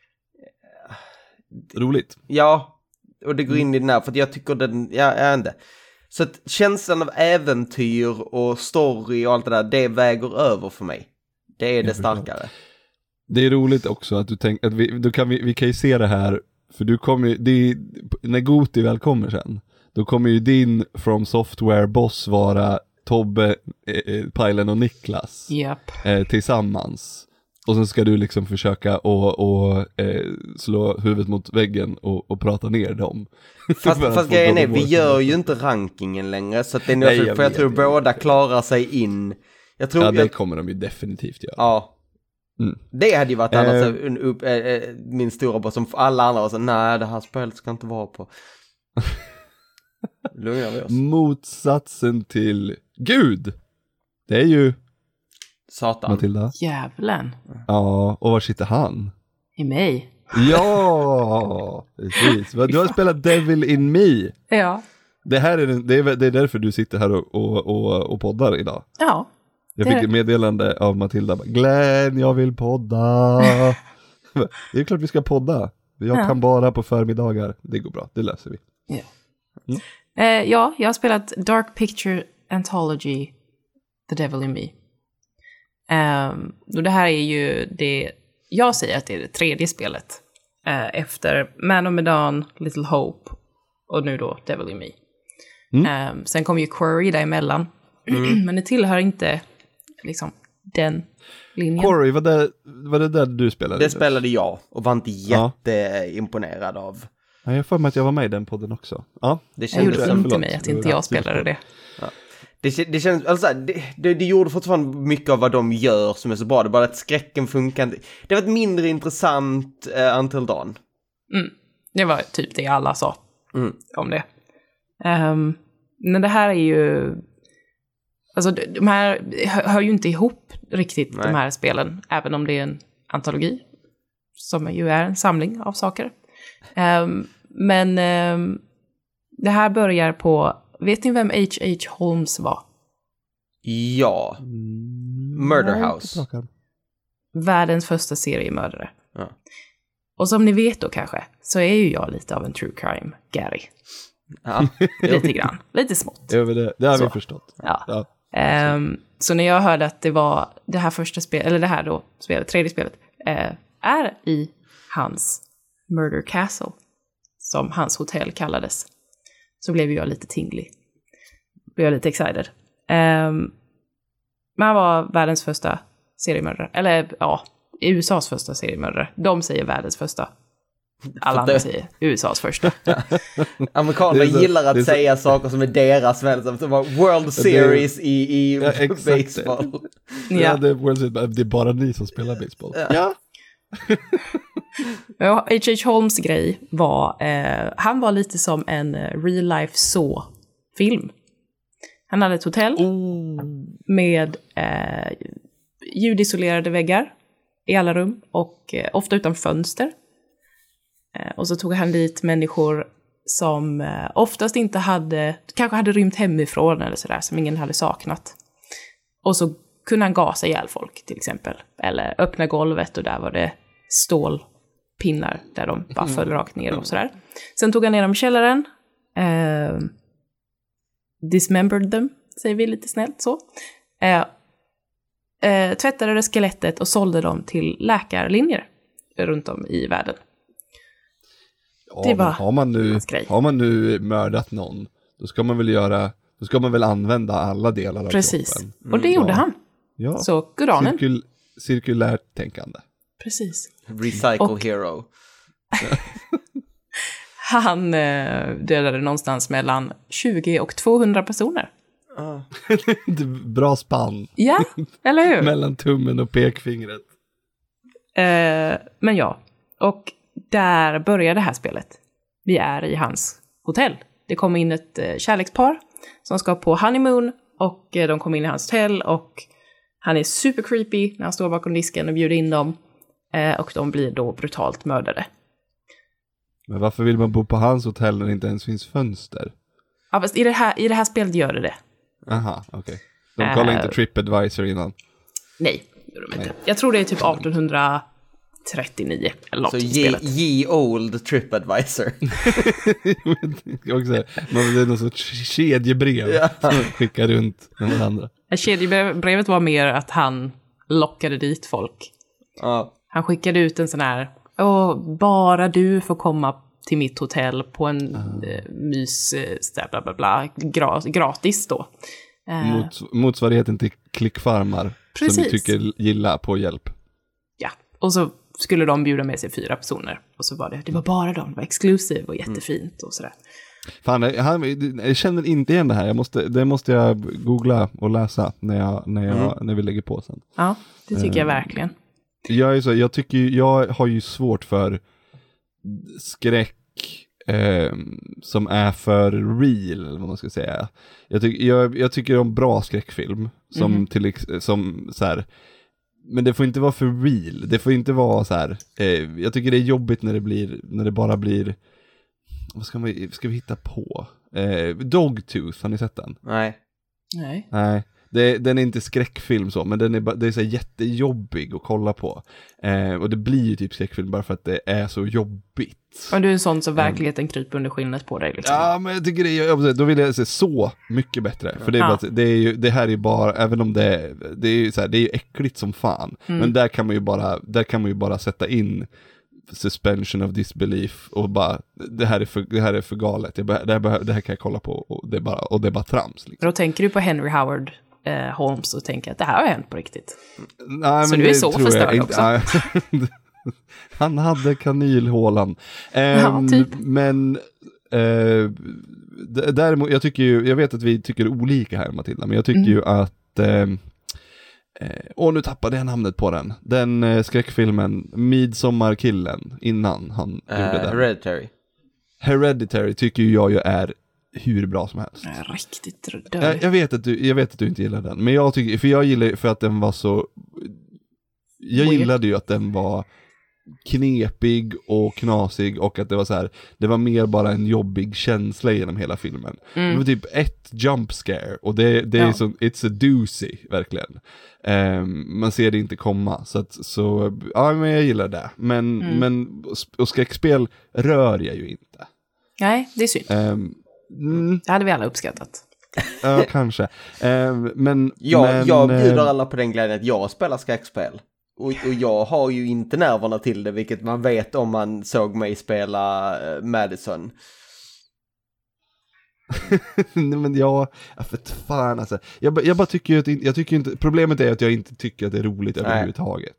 roligt. Ja, och det går in i den här, för att jag tycker jag är inte. Så att känslan av äventyr och story och allt det där, det väger över för mig. Det är det starkare. Det är roligt också att du tänker att vi kan ju se det här, för du kommer ju, när Goti väl kommer sen, då kommer ju din From Software boss vara Tobbe, Pajlen och Niklas tillsammans. Och sen ska du liksom försöka och slå huvudet mot väggen och prata ner dem. Fast grejen är, vi gör ju inte rankingen längre, så att det är nog, för jag tror båda klarar sig in. Det kommer de ju definitivt göra. Ja. Det hade ju varit annars min stora boss, som alla andra var så, nej, det här spelet ska inte vara på. Lugna vi oss. Motsatsen till Gud, det är ju Satan. Matilda. Jävlen. Ja, och var sitter han? I mig. Ja, precis. Du har spelat Devil in Me. Ja. Det är därför du sitter här och poddar idag. Ja. Jag fick ett meddelande av Matilda. Glenn, jag vill podda. Det är klart vi ska podda. Jag kan bara på förmiddagar. Det går bra, det löser vi. Ja. Jag har spelat Dark Picture Anthology The Devil in Me. Och det här är ju det, jag säger att det är det tredje spelet efter Man of Medan, Little Hope och nu då Devil in Me. Sen kom ju Quarry däremellan. Men det tillhör inte liksom den linjen. Quarry, var det där du spelade? Det spelade jag och var inte jätteimponerad av. Ja, jag får med att jag var med i den podden också. Ja. Det Jag gjorde kändes inte mig att inte jag spelade det. Ja. Det känns, alltså, det gjorde fortfarande mycket av vad de gör som är så bra. Det är bara att skräcken funkar inte. Det var ett mindre intressant Until Dawn. Det var typ det alla sa om det. Men det här är ju... Alltså de här hör ju inte ihop riktigt, de här spelen. Även om det är en antologi. Som ju är en samling av saker. Men det här börjar på... Vet ni vem H.H. Holmes var? Ja. Murder House. Världens första seriemördare. Ja. Och som ni vet då kanske, så är ju jag lite av en true crime Gary. Ja. Lite grann. Lite smått. Det har vi Så. förstått. Ja. Så när jag hörde att det var det här första spelet, eller det här då, tredje spelet, är i hans Murder Castle, som hans hotell kallades, så blev jag lite tinglig. Blev jag lite excited. Men han var världens första seriemördare. Eller ja, USAs första seriemördare. De säger världens första. Alla andra säger USAs första. Amerikanerna gillar att säga saker som är deras väl. Som det var World Series i baseball. Ja, det är bara ni som spelar baseball. Ja. H.H. Holmes grej var, han var lite som en real life Saw-film. Han hade ett hotell med ljudisolerade väggar i alla rum och ofta utan fönster. Och så tog han dit människor som oftast inte kanske hade rymt hemifrån eller sådär, som ingen hade saknat. Och så kunde han gasa ihjäl folk till exempel. Eller öppna golvet och där var det stålpinnar där de bara föll rakt ner och sådär. Sen tog han ner dem i källaren. Dismembered them, säger vi lite snällt så. Tvättade det skelettet och sålde dem till läkarlinjer runt om i världen. Ja, det var har man nu mördat någon, då ska man väl använda alla delar av Precis. kroppen. Och det gjorde han. Ja. Så Koranen. Cirkulärt tänkande. Precis. Recycle hero. Han dödade någonstans mellan 20 och 200 personer. Bra spann. Ja, eller hur? Mellan tummen och pekfingret. Men ja, och där börjar det här spelet. Vi är i hans hotell. Det kommer in ett kärlekspar som ska på honeymoon och de kommer in i hans hotell och han är super creepy när han står bakom disken och bjuder in dem och de blir då brutalt mördade. Men varför vill man bo på hans hotell när det inte ens finns fönster? Ja, fast i det här spelet gör det. Aha, okej. De kollar inte TripAdvisor innan? Nej, det gör de inte. Jag tror det är typ 1839 eller något. Så spelet. ye old TripAdvisor. Det är någon sorts kedjebrev som skickar runt med varandra. Kedjebrevet var mer att han lockade dit folk. Han skickade ut en sån här, bara du får komma till mitt hotell på en bla bla bla, gratis då. Motsvarigheten till klickfarmar. Precis. Som vi tycker gilla på hjälp. Ja, och så skulle de bjuda med sig 4 personer. Och så var det var bara de, det var exklusivt och jättefint och sådär. Fan, jag känner inte igen det här. Det måste jag googla och läsa när vi lägger på sen. Ja, det tycker jag verkligen. Jag har ju svårt för skräck som är för real, eller vad man ska säga. Jag tycker om bra skräckfilm som som så här, men det får inte vara för real. Det får inte vara så här. Jag tycker det är jobbigt när det bara blir, vad ska vi hitta på? Dogtooth, har ni sett den? Nej. Den är inte skräckfilm så, men det är så jättejobbig att kolla på. Och det blir ju typ skräckfilm bara för att det är så jobbigt. Och du är sån så verkligen kryper under skinnet på dig liksom. Ja, men jag tycker då vill jag se så mycket bättre. För det är bara, det här är ju bara, även om det är ju så här, det är ju äckligt som fan. Men där kan man ju bara sätta in suspension of disbelief och bara det här är för galet. Det här kan jag kolla på och det är bara trams. Liksom. Då tänker du på Henry Howard Holmes och tänker att det här har hänt på riktigt. Nej, så men du är så förstörd också. Han hade kanylhålan. Ja, typ. Men däremot, jag vet att vi tycker olika här, Matilda, men jag tycker ju att nu tappade jag namnet på den. Den skräckfilmen Midsommarkillen innan han gjorde den. Hereditary tycker jag ju är hur bra som helst. Riktigt död. Jag vet att du inte gillar den, men jag tycker, för jag gillar för att den var så, jag gillade ju att den var knepig och knasig och att det var så här, det var mer bara en jobbig känsla genom hela filmen. Det var typ ett jump scare och det är så, it's a doozy verkligen. Man ser det inte komma så men jag gillar det. Men och skräckspel rör jag ju inte. Nej, det är synd. Det hade vi alla uppskattat. Ja, kanske. Men jag bjuder alla på den glädjen att jag spelar skräckspel. Och jag har ju inte nerverna till det, vilket man vet om man såg mig spela Madison. Nej, men för fan alltså. Jag bara tycker att jag tycker inte, problemet är att jag inte tycker att det är roligt överhuvudtaget.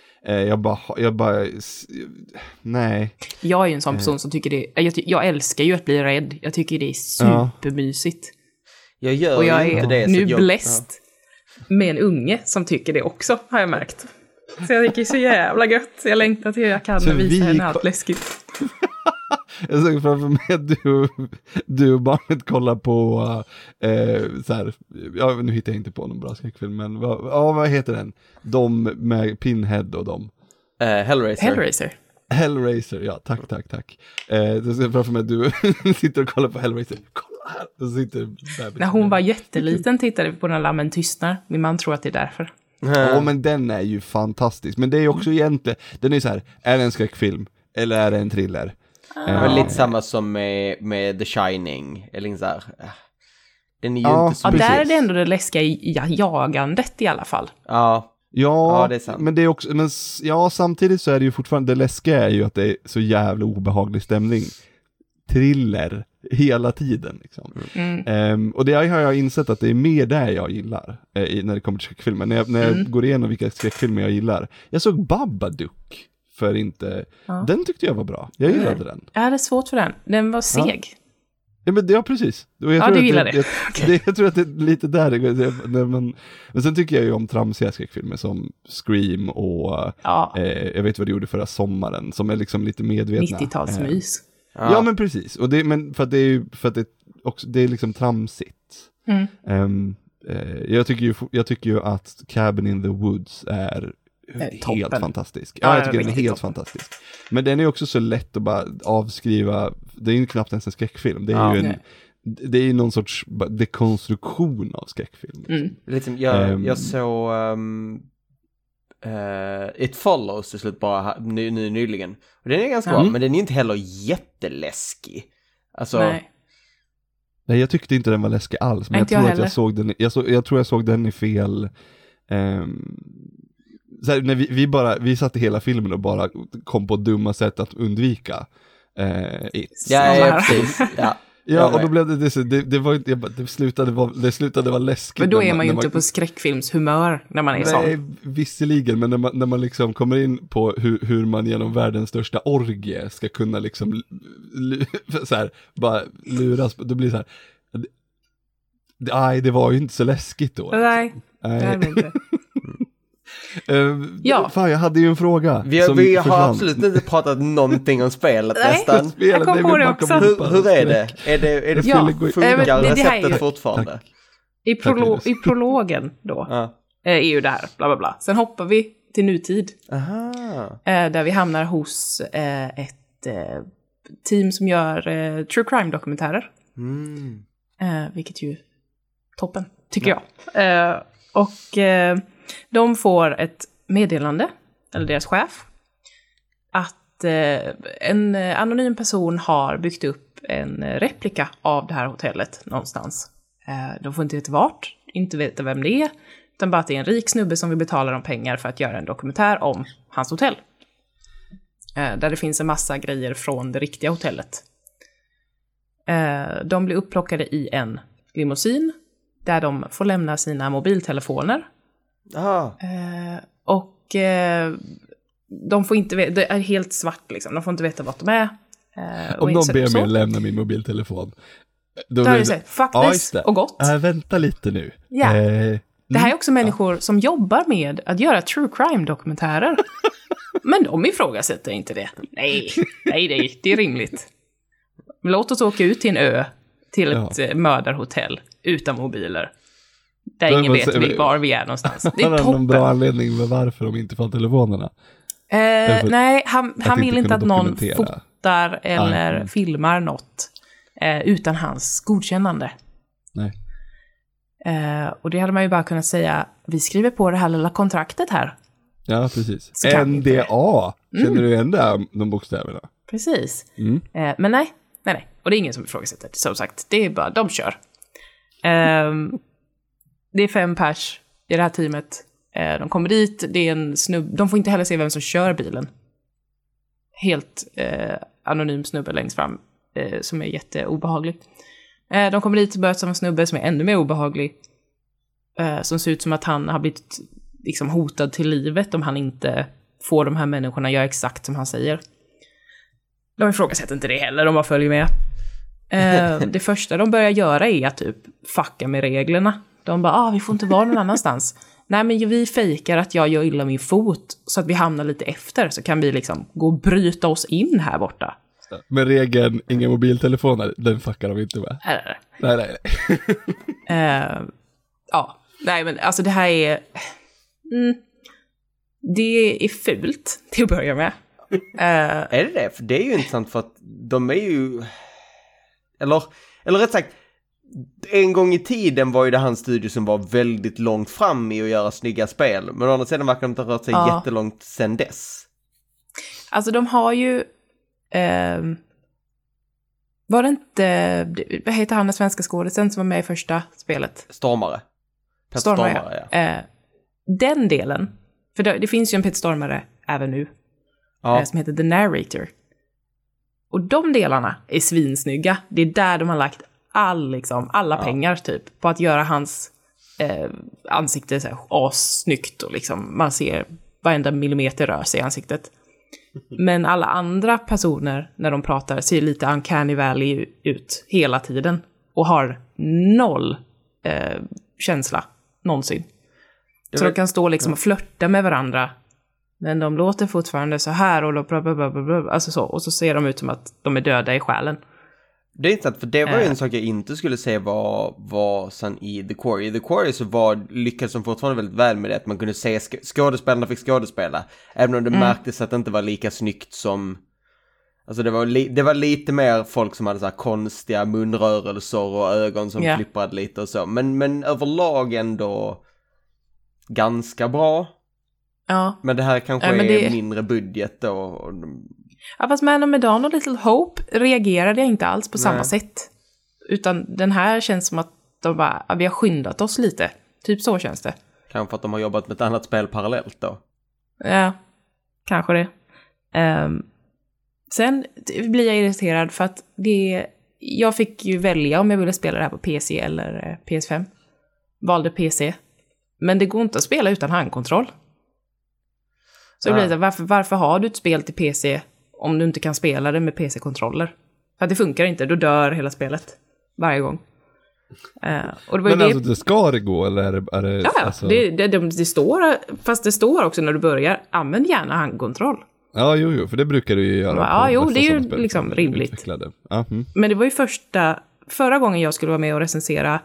Nej. Jag är ju en sån person som tycker det. Jag älskar ju att bli rädd. Jag tycker det är supermysigt. Jag gör och jag inte är det, nu bläst med en unge som tycker det också, har jag märkt. Så jag tycker det är så jävla gött. Jag längtar till jag kan visa henne allt läskigt. Jag såg framför mig att du och barnet kollar på så här, nu hittar jag inte på någon bra skräckfilm, men vad heter den? De med Pinhead och dem. Hellraiser, ja, tack. Jag ser framför mig att du sitter och kollar på Hellraiser. Kolla här, då sitter när hon var jätteliten tittade vi på När lammen tystnar. Min man tror att det är därför. Ja, men den är ju fantastisk. Men det är också egentligen, den är så här, är det en skräckfilm eller är det en thriller? Lite samma som med The Shining eller så här. Den är ju inte så där är det ändå det läskiga jagandet i alla fall. Ja, det är sant. Men det är också, samtidigt så är det ju fortfarande, det läskiga är ju att det är så jävla obehaglig stämning. Thriller hela tiden liksom. Och det har jag insett att det är mer där jag gillar när det kommer till skräckfilmer. När jag går igenom vilka skräckfilmer jag gillar. Jag såg Babadook för inte. Den tyckte jag var bra. Jag gillade den. Jag hade svårt för den. Den var seg. Ja, men precis. Och du gillar det. Jag tror att det är lite där det går. Men sen tycker jag ju om tramsiga skräckfilmer som Scream och jag vet vad du gjorde förra sommaren, som är liksom lite medvetna. 90-talsmys. Ja, men precis. Och för att det är liksom tramsigt. Jag tycker ju att Cabin in the Woods är helt fantastisk. Ja, jag tycker den är helt fantastisk. Men den är också så lätt att bara avskriva. Det är ju knappt ens en skräckfilm. Det är ju det är någon sorts dekonstruktion av skräckfilm. Liksom, jag såg It Follows till slut bara nyligen. Och den är ganska bra, men den är inte heller jätteläskig. Alltså, Nej, jag tyckte inte den var läskig alls. Men jag tror att jag såg den. Jag tror jag såg den i fel. Så här, när vi satt i hela filmen och bara kom på dumma sätt att undvika It. Ja, och då blev det var inte, det slutade vara läskigt. Men då är man ju inte på skräckfilmshumör när man är sån. Nej, visserligen, men när man liksom kommer in på hur man genom världens största orgie ska kunna liksom så här, bara luras, då blir det så här. Nej, det var ju inte så läskigt då. Nej. Det är inte. Fan, jag hade ju en fråga. Vi har absolut inte pratat någonting om spelet nästan. Jag kom på det också. Hur är det? Är det funkar receptet fortfarande? I prologen då är ju där, bla bla bla. Sen hoppar vi till nutid. Där vi hamnar hos ett team som gör true crime-dokumentärer. Vilket ju toppen, tycker jag. Och de får ett meddelande, eller deras chef, att en anonym person har byggt upp en replika av det här hotellet någonstans. De får inte veta vart, inte veta vem det är, utan bara att det är en rik snubbe som vill betala dem pengar för att göra en dokumentär om hans hotell. där det finns en massa grejer från det riktiga hotellet. De blir upplockade i en limousin där de får lämna sina mobiltelefoner. Och de får inte veta, det är helt svart liksom, de får inte veta vart de är. Om någon ber mig att lämna min mobiltelefon, då är det så, faktiskt och gott. Vänta lite nu. Ja. Det här är också människor som jobbar med att göra true crime-dokumentärer. Men de ifrågasätter inte det. Nej, det är rimligt. Låt oss åka ut till en ö, till ett mördarhotell utan mobiler. Där ingen vet var vi är någonstans. Det är toppen. Någon bra anledning med varför de inte får telefonerna? Nej, han vill inte att någon fotar eller filmar något utan hans godkännande. Nej. Och det hade man ju bara kunnat säga, vi skriver på det här lilla kontraktet här. Ja, precis. NDA. Känner du igen de bokstäverna? Precis. Men nej. Och det är ingen som ifrågasätter. Som sagt, det är bara, de kör. Det är 5 pers i det här teamet. De kommer dit, det är en snubbe. De får inte heller se vem som kör bilen. Helt anonym snubbe längst fram. Som är jätteobehaglig. De kommer dit och börjar som en snubbe som är ännu mer obehaglig. Som ser ut som att han har blivit liksom hotad till livet om han inte får de här människorna göra exakt som han säger. De ifrågasätter inte det heller, de bara följer med. Det första de börjar göra är att typ fucka med reglerna. De bara, vi får inte vara någon annanstans. Nej, men vi fejkar att jag gör illa min fot så att vi hamnar lite efter, så kan vi liksom gå och bryta oss in här borta. Men regeln, inga mobiltelefoner, den fuckar de inte med. Nej. Nej, men alltså det här är... det är fult till att börja med. Är det? För det är ju intressant för att de är ju... Eller rätt sagt, en gång i tiden var ju det hans studio som var väldigt långt fram i att göra snygga spel. Men å andra sidan verkar de inte ha rört sig jättelångt sedan dess. Alltså de har ju... var det inte... Vad heter han, den svenska skådespelaren som var med i första spelet? Stormare, ja. Den delen... För det finns ju en Peter Stormare även nu. Som heter The Narrator. Och de delarna är svinsnygga. Det är där de har lagt alla pengar typ på att göra hans ansikte så här assnyggt och liksom man ser varenda millimeter rör sig i ansiktet. Men alla andra personer när de pratar ser lite uncanny valley ut hela tiden och har noll känsla någonsin. Så de kan stå liksom och flörta med varandra. Men de låter fortfarande så här och alltså så. Och så ser de ut som att de är döda i själen. Det är inte sant, för det var ju en sak jag inte skulle säga var sen i The Quarry. I The Quarry så lyckades de fortfarande väldigt väl med det. Att man kunde se skådespelarna fick skådespela. Även om det märktes att det inte var lika snyggt som... Alltså det var lite mer folk som hade så här konstiga munrörelser och ögon som flipprade lite och så. Men överlag ändå ganska bra. Ja. Men det här kanske är mindre budget då. Ja, fast Man of Medan och Little Hope reagerade jag inte alls på samma sätt. Utan den här känns som att de bara, vi har skyndat oss lite. Typ så känns det. Kanske för att de har jobbat med ett annat spel parallellt då. Ja, kanske det. Sen blir jag irriterad för att jag fick ju välja om jag ville spela det här på PC eller PS5. Valde PC. Men det går inte att spela utan handkontroll. Så det blir så, varför har du ett spel till PC om du inte kan spela det med PC-kontroller? För att det funkar inte, då dör hela spelet varje gång. Och det var men alltså det ska det gå, eller är det ja, alltså... det står, fast det står också när du börjar, använd gärna handkontroll. Ja, jo, för det brukar du ju göra. Ja, det är ju liksom rimligt. Ja, Men det var ju förra gången jag skulle vara med och recensera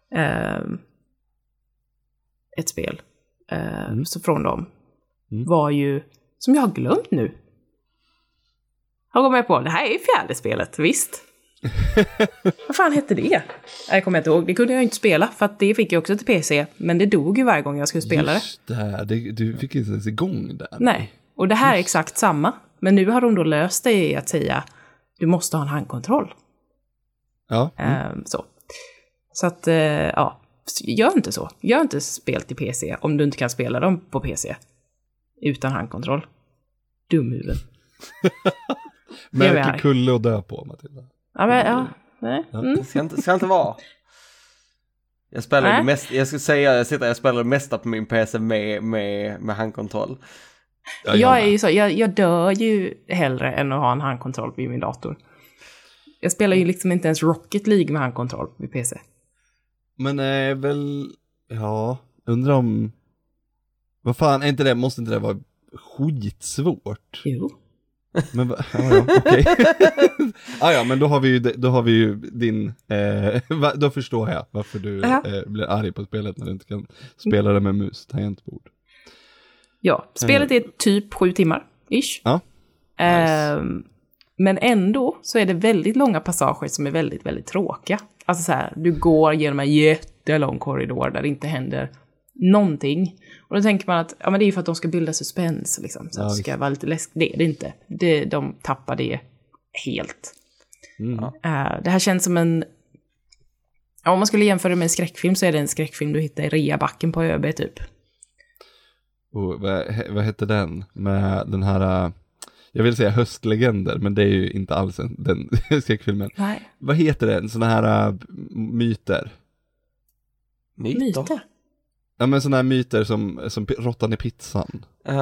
ett spel så från dem var ju, som jag har glömt nu. Jag går med på, det här är fjärde spelet, visst. Vad fan hette det? Jag kommer inte ihåg, det kunde jag inte spela för att det fick jag också till PC, men det dog ju varje gång jag skulle spela just det. Du fick inte ens igång där. Nej, och det här är exakt samma. Men nu har de då löst det i att säga, du måste ha en handkontroll. Ja. Så att, gör inte så. Gör inte spel till PC om du inte kan spela dem på PC utan handkontroll. Dumhuvud. Märker kulle och dö på, Matilda. Ja, men, ja. Nej. Det ska inte vara. Jag spelar det mest, jag ska säga, jag spelar det mesta på min PC med handkontroll. Jag är ju så, jag dör ju hellre än att ha en handkontroll vid min dator. Jag spelar ju liksom inte ens Rocket League med handkontroll vid PC. Men väl, ja, undrar om, vad fan, måste inte det vara skitsvårt? Jo. Men okej. Ja, men då har vi ju din då förstår jag varför du blir arg på spelet när du inte kan spela det med mus, tangentbord. Ja, spelet är typ 7 timmar ish. Ja. Nice. Men ändå så är det väldigt långa passager som är väldigt, väldigt tråkiga. Alltså så här, du går genom en jättelång korridor där det inte händer någonting. Och då tänker man att ja, men det är ju för att de ska bilda suspens liksom, så att det ska vara lite läskigt. Det är det inte. De tappar det helt. Det här känns som en, om man skulle jämföra med en skräckfilm så är det en skräckfilm du hittar i reabacken på ÖB typ. Och vad heter den? Med den här, jag vill säga höstlegender, men det är ju inte alls den skräckfilmen. Nej. Vad heter den? Såna här myter. Myter? Ja, men såna här myter som råttan i pizzan.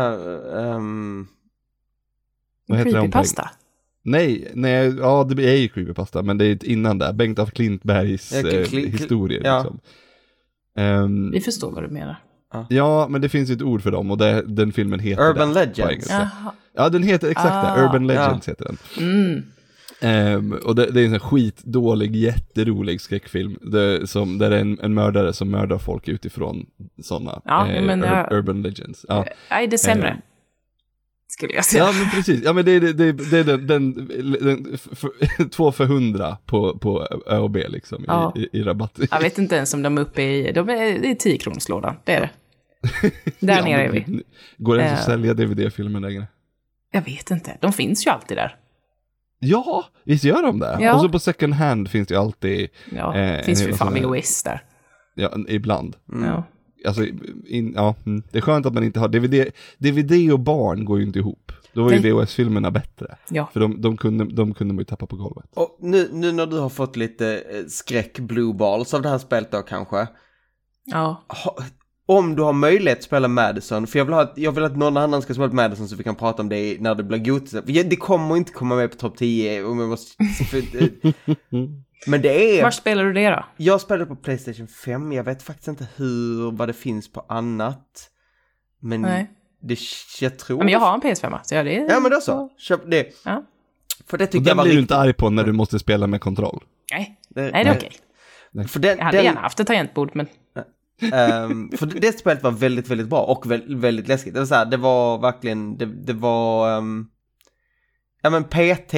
Vad heter creepypasta? Nej, ja, det är ju creepypasta, men det är innan där. Bengt af Klintbergs historier. Ja. Liksom. Vi förstår vad du menar. Ja, men det finns ju ett ord för dem och den filmen heter Urban Legends. Ja, den heter exakt det. Urban Legends heter den. Och det är en sån skitdålig, jätterolig skräckfilm där är en mördare som mördar folk utifrån sådana Urban Legends. Ja. Nej, det är sämre. Skulle jag säga. Ja, men precis. Ja, men det är den 2 för 100 på ÖoB liksom i rabatt. Jag vet inte ens om de är uppe i, det är 10 kronslådan, det är det. Där nere är vi. Går det ens att sälja DVD-filmer längre? Jag vet inte, de finns ju alltid där. Ja, visst gör de det. Ja. Och så på second hand finns det ju alltid. Ja, finns ju fan med OS där. Ja, ibland. Ja. Alltså, det är skönt att man inte har DVD och barn går ju inte ihop. Då var ju VHS-filmerna bättre. Ja. För de kunde man ju tappa på golvet. Och nu när du har fått lite skräck blue balls av det här spelet då kanske. Ja. Om du har möjlighet att spela Madison, för jag vill att någon annan ska spela Madison så vi kan prata om det när det blir godkänt. Det kommer inte komma med på topp 10 om jag måste, men det är... Var spelar du det då? Jag spelar på PlayStation 5. Jag vet faktiskt inte vad det finns på annat. Men jag tror... Men jag har en PS5, så det är... Ja, men då så. Köp det. Ja. För det tycker jag var blir du inte arg på när du måste spela med kontroll. Nej, det är okej. Jag hade gärna haft ett tangentbord, men... För det spelet var väldigt, väldigt bra och väldigt läskigt. Det var så här, det var verkligen det var ja, men PT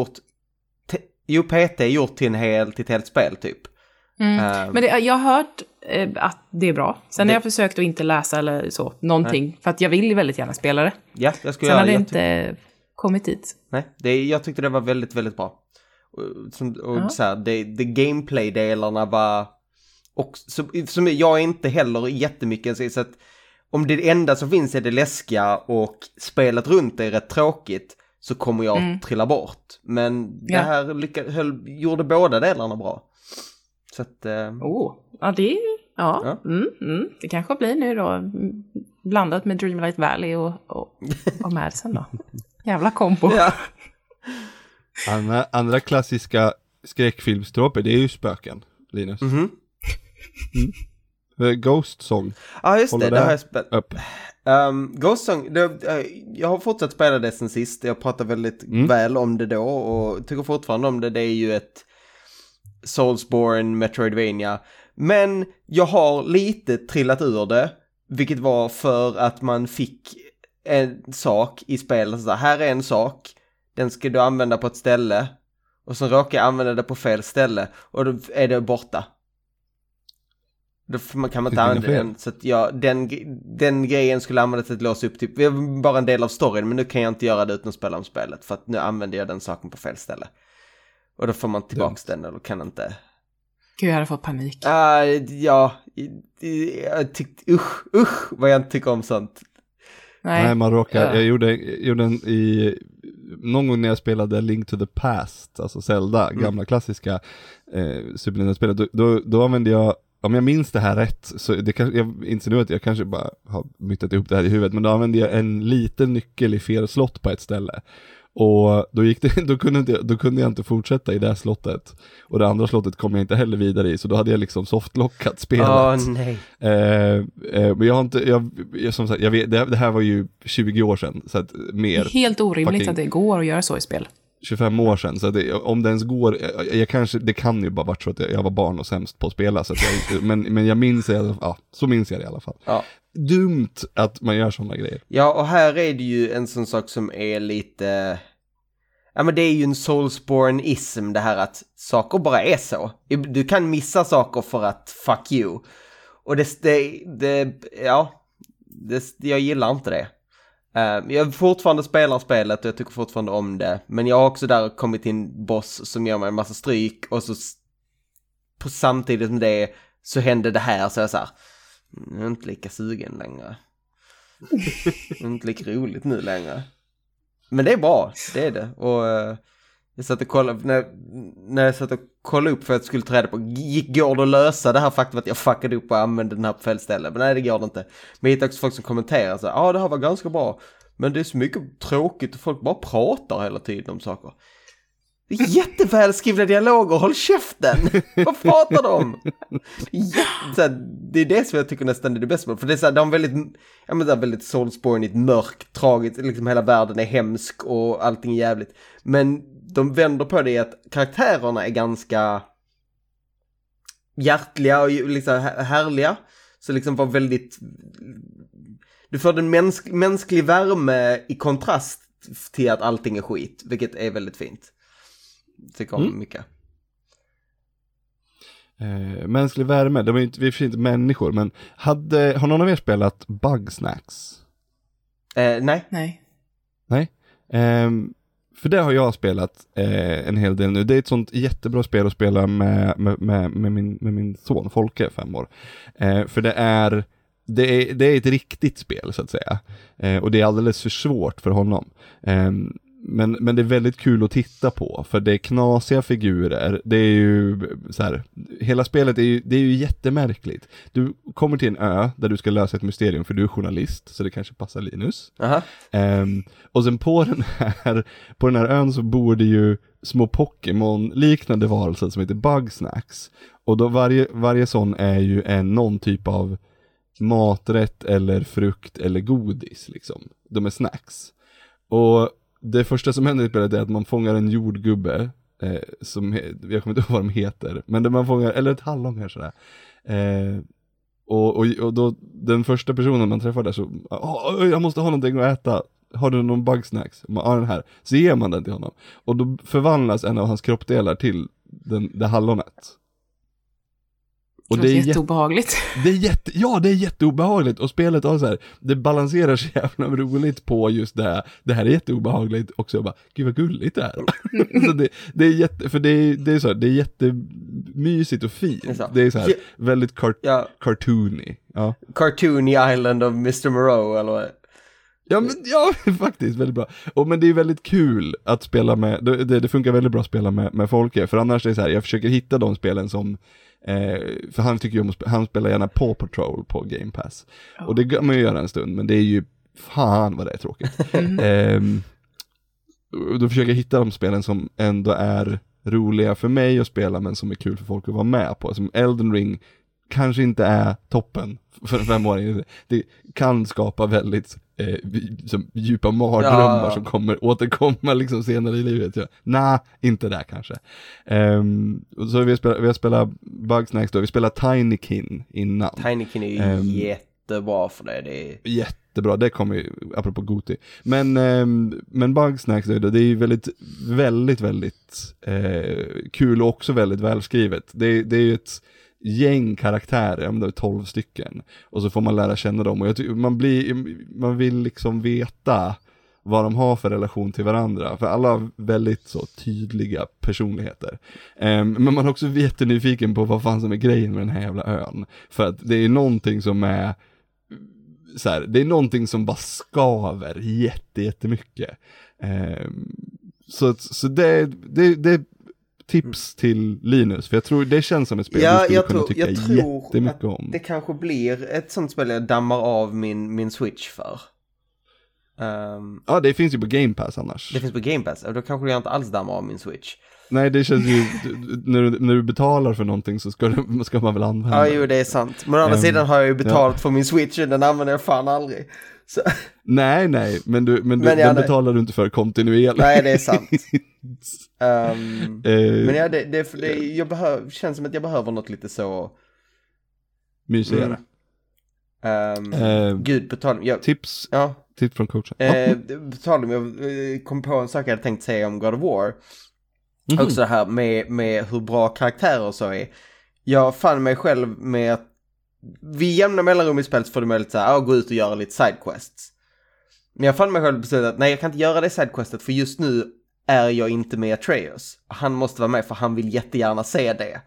gjort till ett helt spel typ. Men jag har hört att det är bra. Sen har jag försökt att inte läsa eller så någonting, för att jag vill väldigt gärna spela det. Ja, sen har det inte kommit dit. Nej, jag tyckte det var väldigt, väldigt bra. Och så här, det gameplay-delarna var och som jag är inte heller jättemycket så att om det enda som finns är det läskiga och spelet runt är rätt tråkigt så kommer jag trilla bort. Men det här gjorde båda delarna bra. Så att... det kanske blir nu då blandat med Dreamlight Valley och Madison då. Jävla kombo. Ja. Andra klassiska skräckfilmstroper, det är ju spöken, Linus. Ghost Song. Ja, just det har jag spelat upp. Ghost Song, jag har fortsatt spela det sen sist. Jag pratar väldigt väl om det då och tycker fortfarande om det. Det är ju ett Soulsborne Metroidvania. Men jag har lite trillat ur det, vilket var för att man fick en sak i spelet. Så här är en sak, den ska du använda på ett ställe och så råkar jag använda det på fel ställe och då är det borta. Då kan man inte använda den. Så att den grejen skulle användas till att låsa upp typ, det var bara en del av storyn, men nu kan jag inte göra det utan att spela om spelet för att nu använder jag den saken på fel ställe. Och då får man tillbaks den och kan inte... Gud, jag hade fått panik. Jag tyckte, usch vad jag inte tycker om sånt. Nej, man råkar, jag gjorde en någon gång när jag spelade Link to the Past, alltså Zelda, gamla klassiska Super Nintendo-spelet, då använde jag, om jag minns det här rätt, så jag inser nu att jag kanske bara har myttat ihop det här i huvudet, men då använde jag en liten nyckel i fel slott på ett ställe. Och då kunde jag inte fortsätta i det här slottet. Och det andra slottet kom jag inte heller vidare i. Så då hade jag liksom softlockat spelet. Nej. Men jag har inte, som sagt, jag vet, det här var ju 20 år sedan. Så att mer. Det är helt orimligt att det går att göra så i spel. 25 år sedan, så om det ens går, det kan ju bara varit så att jag var barn och sämst på att spela, så att men jag minns så minns jag det i alla fall. Ja. Dumt att man gör sådana grejer. Ja, och här är det ju en sån sak som är lite, ja men det är ju en Soulsborne-ism det här att saker bara är så. Du kan missa saker för att fuck you. Och jag gillar inte det. Jag fortfarande spelar spelet och jag tycker fortfarande om det. Men jag har också där kommit till en boss som gör mig en massa stryk. Och så samtidigt med det så hände det här. Så jag så här, jag är inte lika sugen längre. Det är inte lika roligt nu längre. Men det är bra, det är det. Och jag satt och kollade, när jag satt och kollade upp för att jag skulle träda på, går det att lösa det här faktum att jag fuckade upp och använde den här på fel ställe? Men nej, det går det inte. Men jag hittade också folk som kommenterar så här, det här var ganska bra. Men det är så mycket tråkigt och folk bara pratar hela tiden om saker. Det är jättevälskrivna dialoger, håll käften! Vad pratar de? Det är det som jag tycker nästan är det bästa. För det är så här, de är väldigt Soulsborne-igt, mörkt, tragiskt, liksom hela världen är hemsk och allting är jävligt. Men de vänder på det att karaktärerna är ganska hjärtliga och liksom härliga. Så liksom var väldigt, du får en mänsklig värme i kontrast till att allting är skit, vilket är väldigt fint. Tycker om mycket. Mänsklig värme, de är ju vi är inte människor, men har någon av er spelat Bugsnax? Nej. Nej. För det har jag spelat en hel del nu. Det är ett sånt jättebra spel att spela med min son Folke, 5 år. För det är ett riktigt spel så att säga. Och det är alldeles för svårt för honom. Men det är väldigt kul att titta på, för det är knasiga figurer. Det är ju så här, hela spelet är ju jättemärkligt. Du kommer till en ö där du ska lösa ett mysterium, för du är journalist, så det kanske passar Linus. Och sen på den här ön så bor det ju små Pokémon-liknande varelser som heter Bugsnax. Och då varje sån är ju någon typ av maträtt eller frukt eller godis liksom. De är snacks. Och det första som händer i spelet är att man fångar en jordgubbe som, jag kommer inte ihåg vad de heter, men där man fångar, eller ett hallon kanske där. Och då den första personen man träffar där så, jag måste ha någonting att äta. Har du någon Bugsnax? Den här. Så ger man den till honom. Och då förvandlas en av hans kroppsdelar till det hallonet. Och det är jätteobehagligt. Det är jätteobehagligt. Och spelet har så här, det balanserar så jävla roligt på just det. Det här är jätteobehagligt också. Bara, gud vad gulligt det är. Så det är så här, det är jättemysigt och fint. Det är så här, väldigt cartoony. Ja. Cartoony Island of Mr. Moreau eller vad? Ja, faktiskt väldigt bra. Men det är väldigt kul att spela med. Det funkar väldigt bra att spela med folk. För annars är det så här, jag försöker hitta de spelen som för han tycker ju han spelar gärna Paw Patrol på Game Pass. Och det kan man ju göra en stund, men det är ju fan vad det är tråkigt. Då försöker jag hitta de spelen som ändå är roliga för mig att spela, men som är kul för folk att vara med på. Som Elden Ring kanske inte är toppen för en 5-åring. Det kan skapa väldigt som djupa mardrömmar som kommer återkomma liksom senare i livet. Nej, inte där kanske. Så vi har spelat Bugsnax då. Vi spelar Tinykin innan. Tinykin är ju jättebra för det. Det är jättebra. Det kommer ju apropå Goti. Men Bugsnax då, det är ju väldigt, väldigt, väldigt kul och också väldigt välskrivet. Det är ju ett gäng karaktärer, om det är 12 stycken, och så får man lära känna dem, och man vill liksom veta vad de har för relation till varandra, för alla har väldigt så tydliga personligheter. Men man är också jättenyfiken på vad fan som är grejen med den här jävla ön, för att det är någonting som är så här, det är någonting som bara skaver jättemycket. Så det är tips till Linus, för jag tror det känns som ett spel du skulle kunna tycka jättemycket om. Det kanske blir ett sånt spel jag dammar av min Switch för. Ja, det finns ju på Game Pass annars. Det finns på Game Pass, och då kanske jag inte alls dammar av min Switch. Nej, det känns ju, när du betalar för någonting så ska man väl använda. Ja, jo, det är sant. Men å andra sidan har jag ju betalt för min Switch, och den använder jag fan aldrig. Så. Nej, men den betalar du inte för kontinuerligt. Nej, det är sant. Men ja, känns som att jag behöver något lite så mysigare. Gud, på tal om... Tips från coachen. På tal om, jag kom på en sak jag hade tänkt säga om God of War. Också det här med hur bra karaktärer så är. Jag fann mig själv med att vid jämna mellanrum i spelet får du möjlighet att gå ut och göra lite sidequests. Men jag fann mig själv beslutat att nej, jag kan inte göra det sidequestet, för just nu är jag inte med Atreus. Han måste vara med, för han vill jättegärna se det.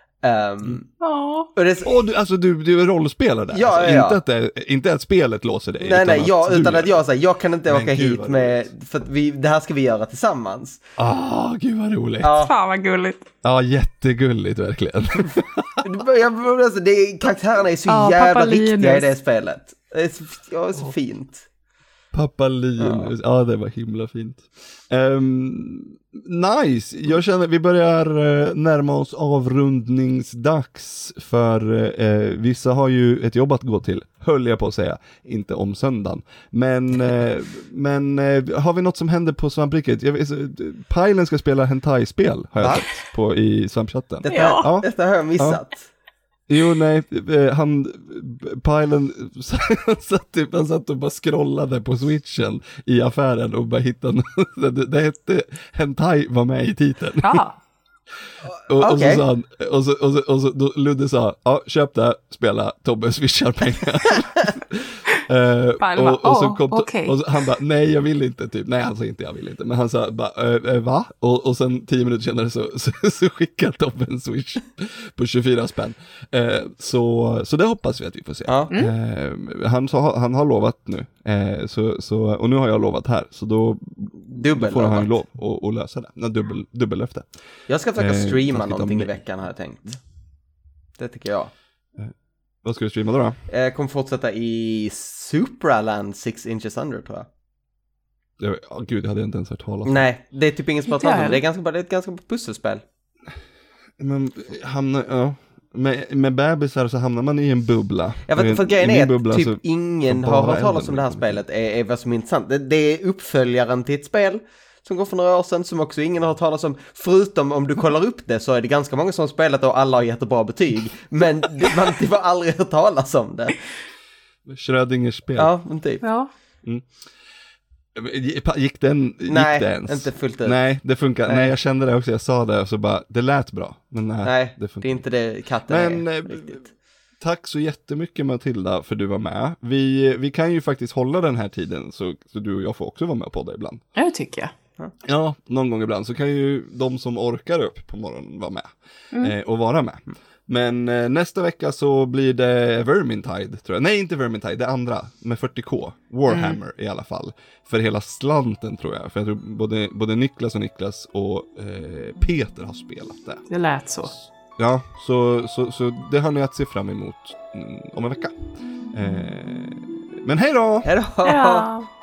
Du är rollspelare där. Ja, alltså, inte att spelet låser dig. Utan att jag säger jag kan inte åka hit med, för att det här ska vi göra tillsammans. Gud vad roligt. Fan vad gulligt. Ja, jättegulligt verkligen. Karaktärerna är så jävla viktiga i det spelet. Det är så fint. Pappa Linus, det var himla fint. Nice, jag känner vi börjar närma oss avrundningsdags, för vissa har ju ett jobb att gå till, höll jag på att säga, inte om söndagen. Men har vi något som händer på svampriket? Pajlen ska spela hentai-spel, har jag sett i svampchatten. Detta har jag missat. Jo, nej, Pajlen han satt och bara scrollade på Switchen i affären och bara hittade, det hette hentai var med i titeln. Och så sa han, och så då Ludde sa, köp det, spela, Tobbe switchar pengar. Och så och han bara, nej jag vill inte, typ. Nej, han sa inte jag vill inte, men han sa bara, va? Och sen 10 minuter senare så skickar Tobbe en switch på 24 spänn. Så det hoppas vi att vi får se. Han har lovat nu, och nu har jag lovat här, så då får han ju lov att lösa det. Dubbellöfte. Jag ska försöka streama någonting i veckan, har jag tänkt. Det tycker jag. Vad ska du streama då? Jag kommer fortsätta i Supraland 6 inches under, tror jag. Gud, det hade jag inte ens hört talas om. Nej, det är typ ingen som har talat om det. Det är ett ganska pusselspel. Men med bebisar så hamnar man i en bubbla. Jag vet, för grejen är att typ ingen har hört talas om det här spelet, är vad som är intressant. Det är uppföljaren till ett spel som går för några år sedan, som också ingen har hört talas om. Förutom om du kollar upp det, så är det ganska många som har spelat och alla har jättebra betyg. Men man typ har aldrig hört talas om det. Schrödingers spel. Ja, men typ. Ja. Gick det ens? Inte fullt ut. Nej, det funkar. Nej, jag kände det också. Jag sa det och så bara, det lät bra. Men nej, det funkar. Det är inte det katten är riktigt. Tack så jättemycket, Matilda, för du var med. Vi kan ju faktiskt hålla den här tiden, så du och jag får också vara med på det ibland. Ja, det tycker jag. Ja, någon gång ibland så kan ju de som orkar upp på morgonen vara med och vara med. Men nästa vecka så blir det Vermintide, tror jag. Nej, inte Vermintide, det andra med 40K. Warhammer i alla fall. För hela slanten, tror jag. För jag tror både Niklas och Peter har spelat det. Det lät så. Ja, så det har ni att se fram emot om en vecka. Men hej då! Hej då!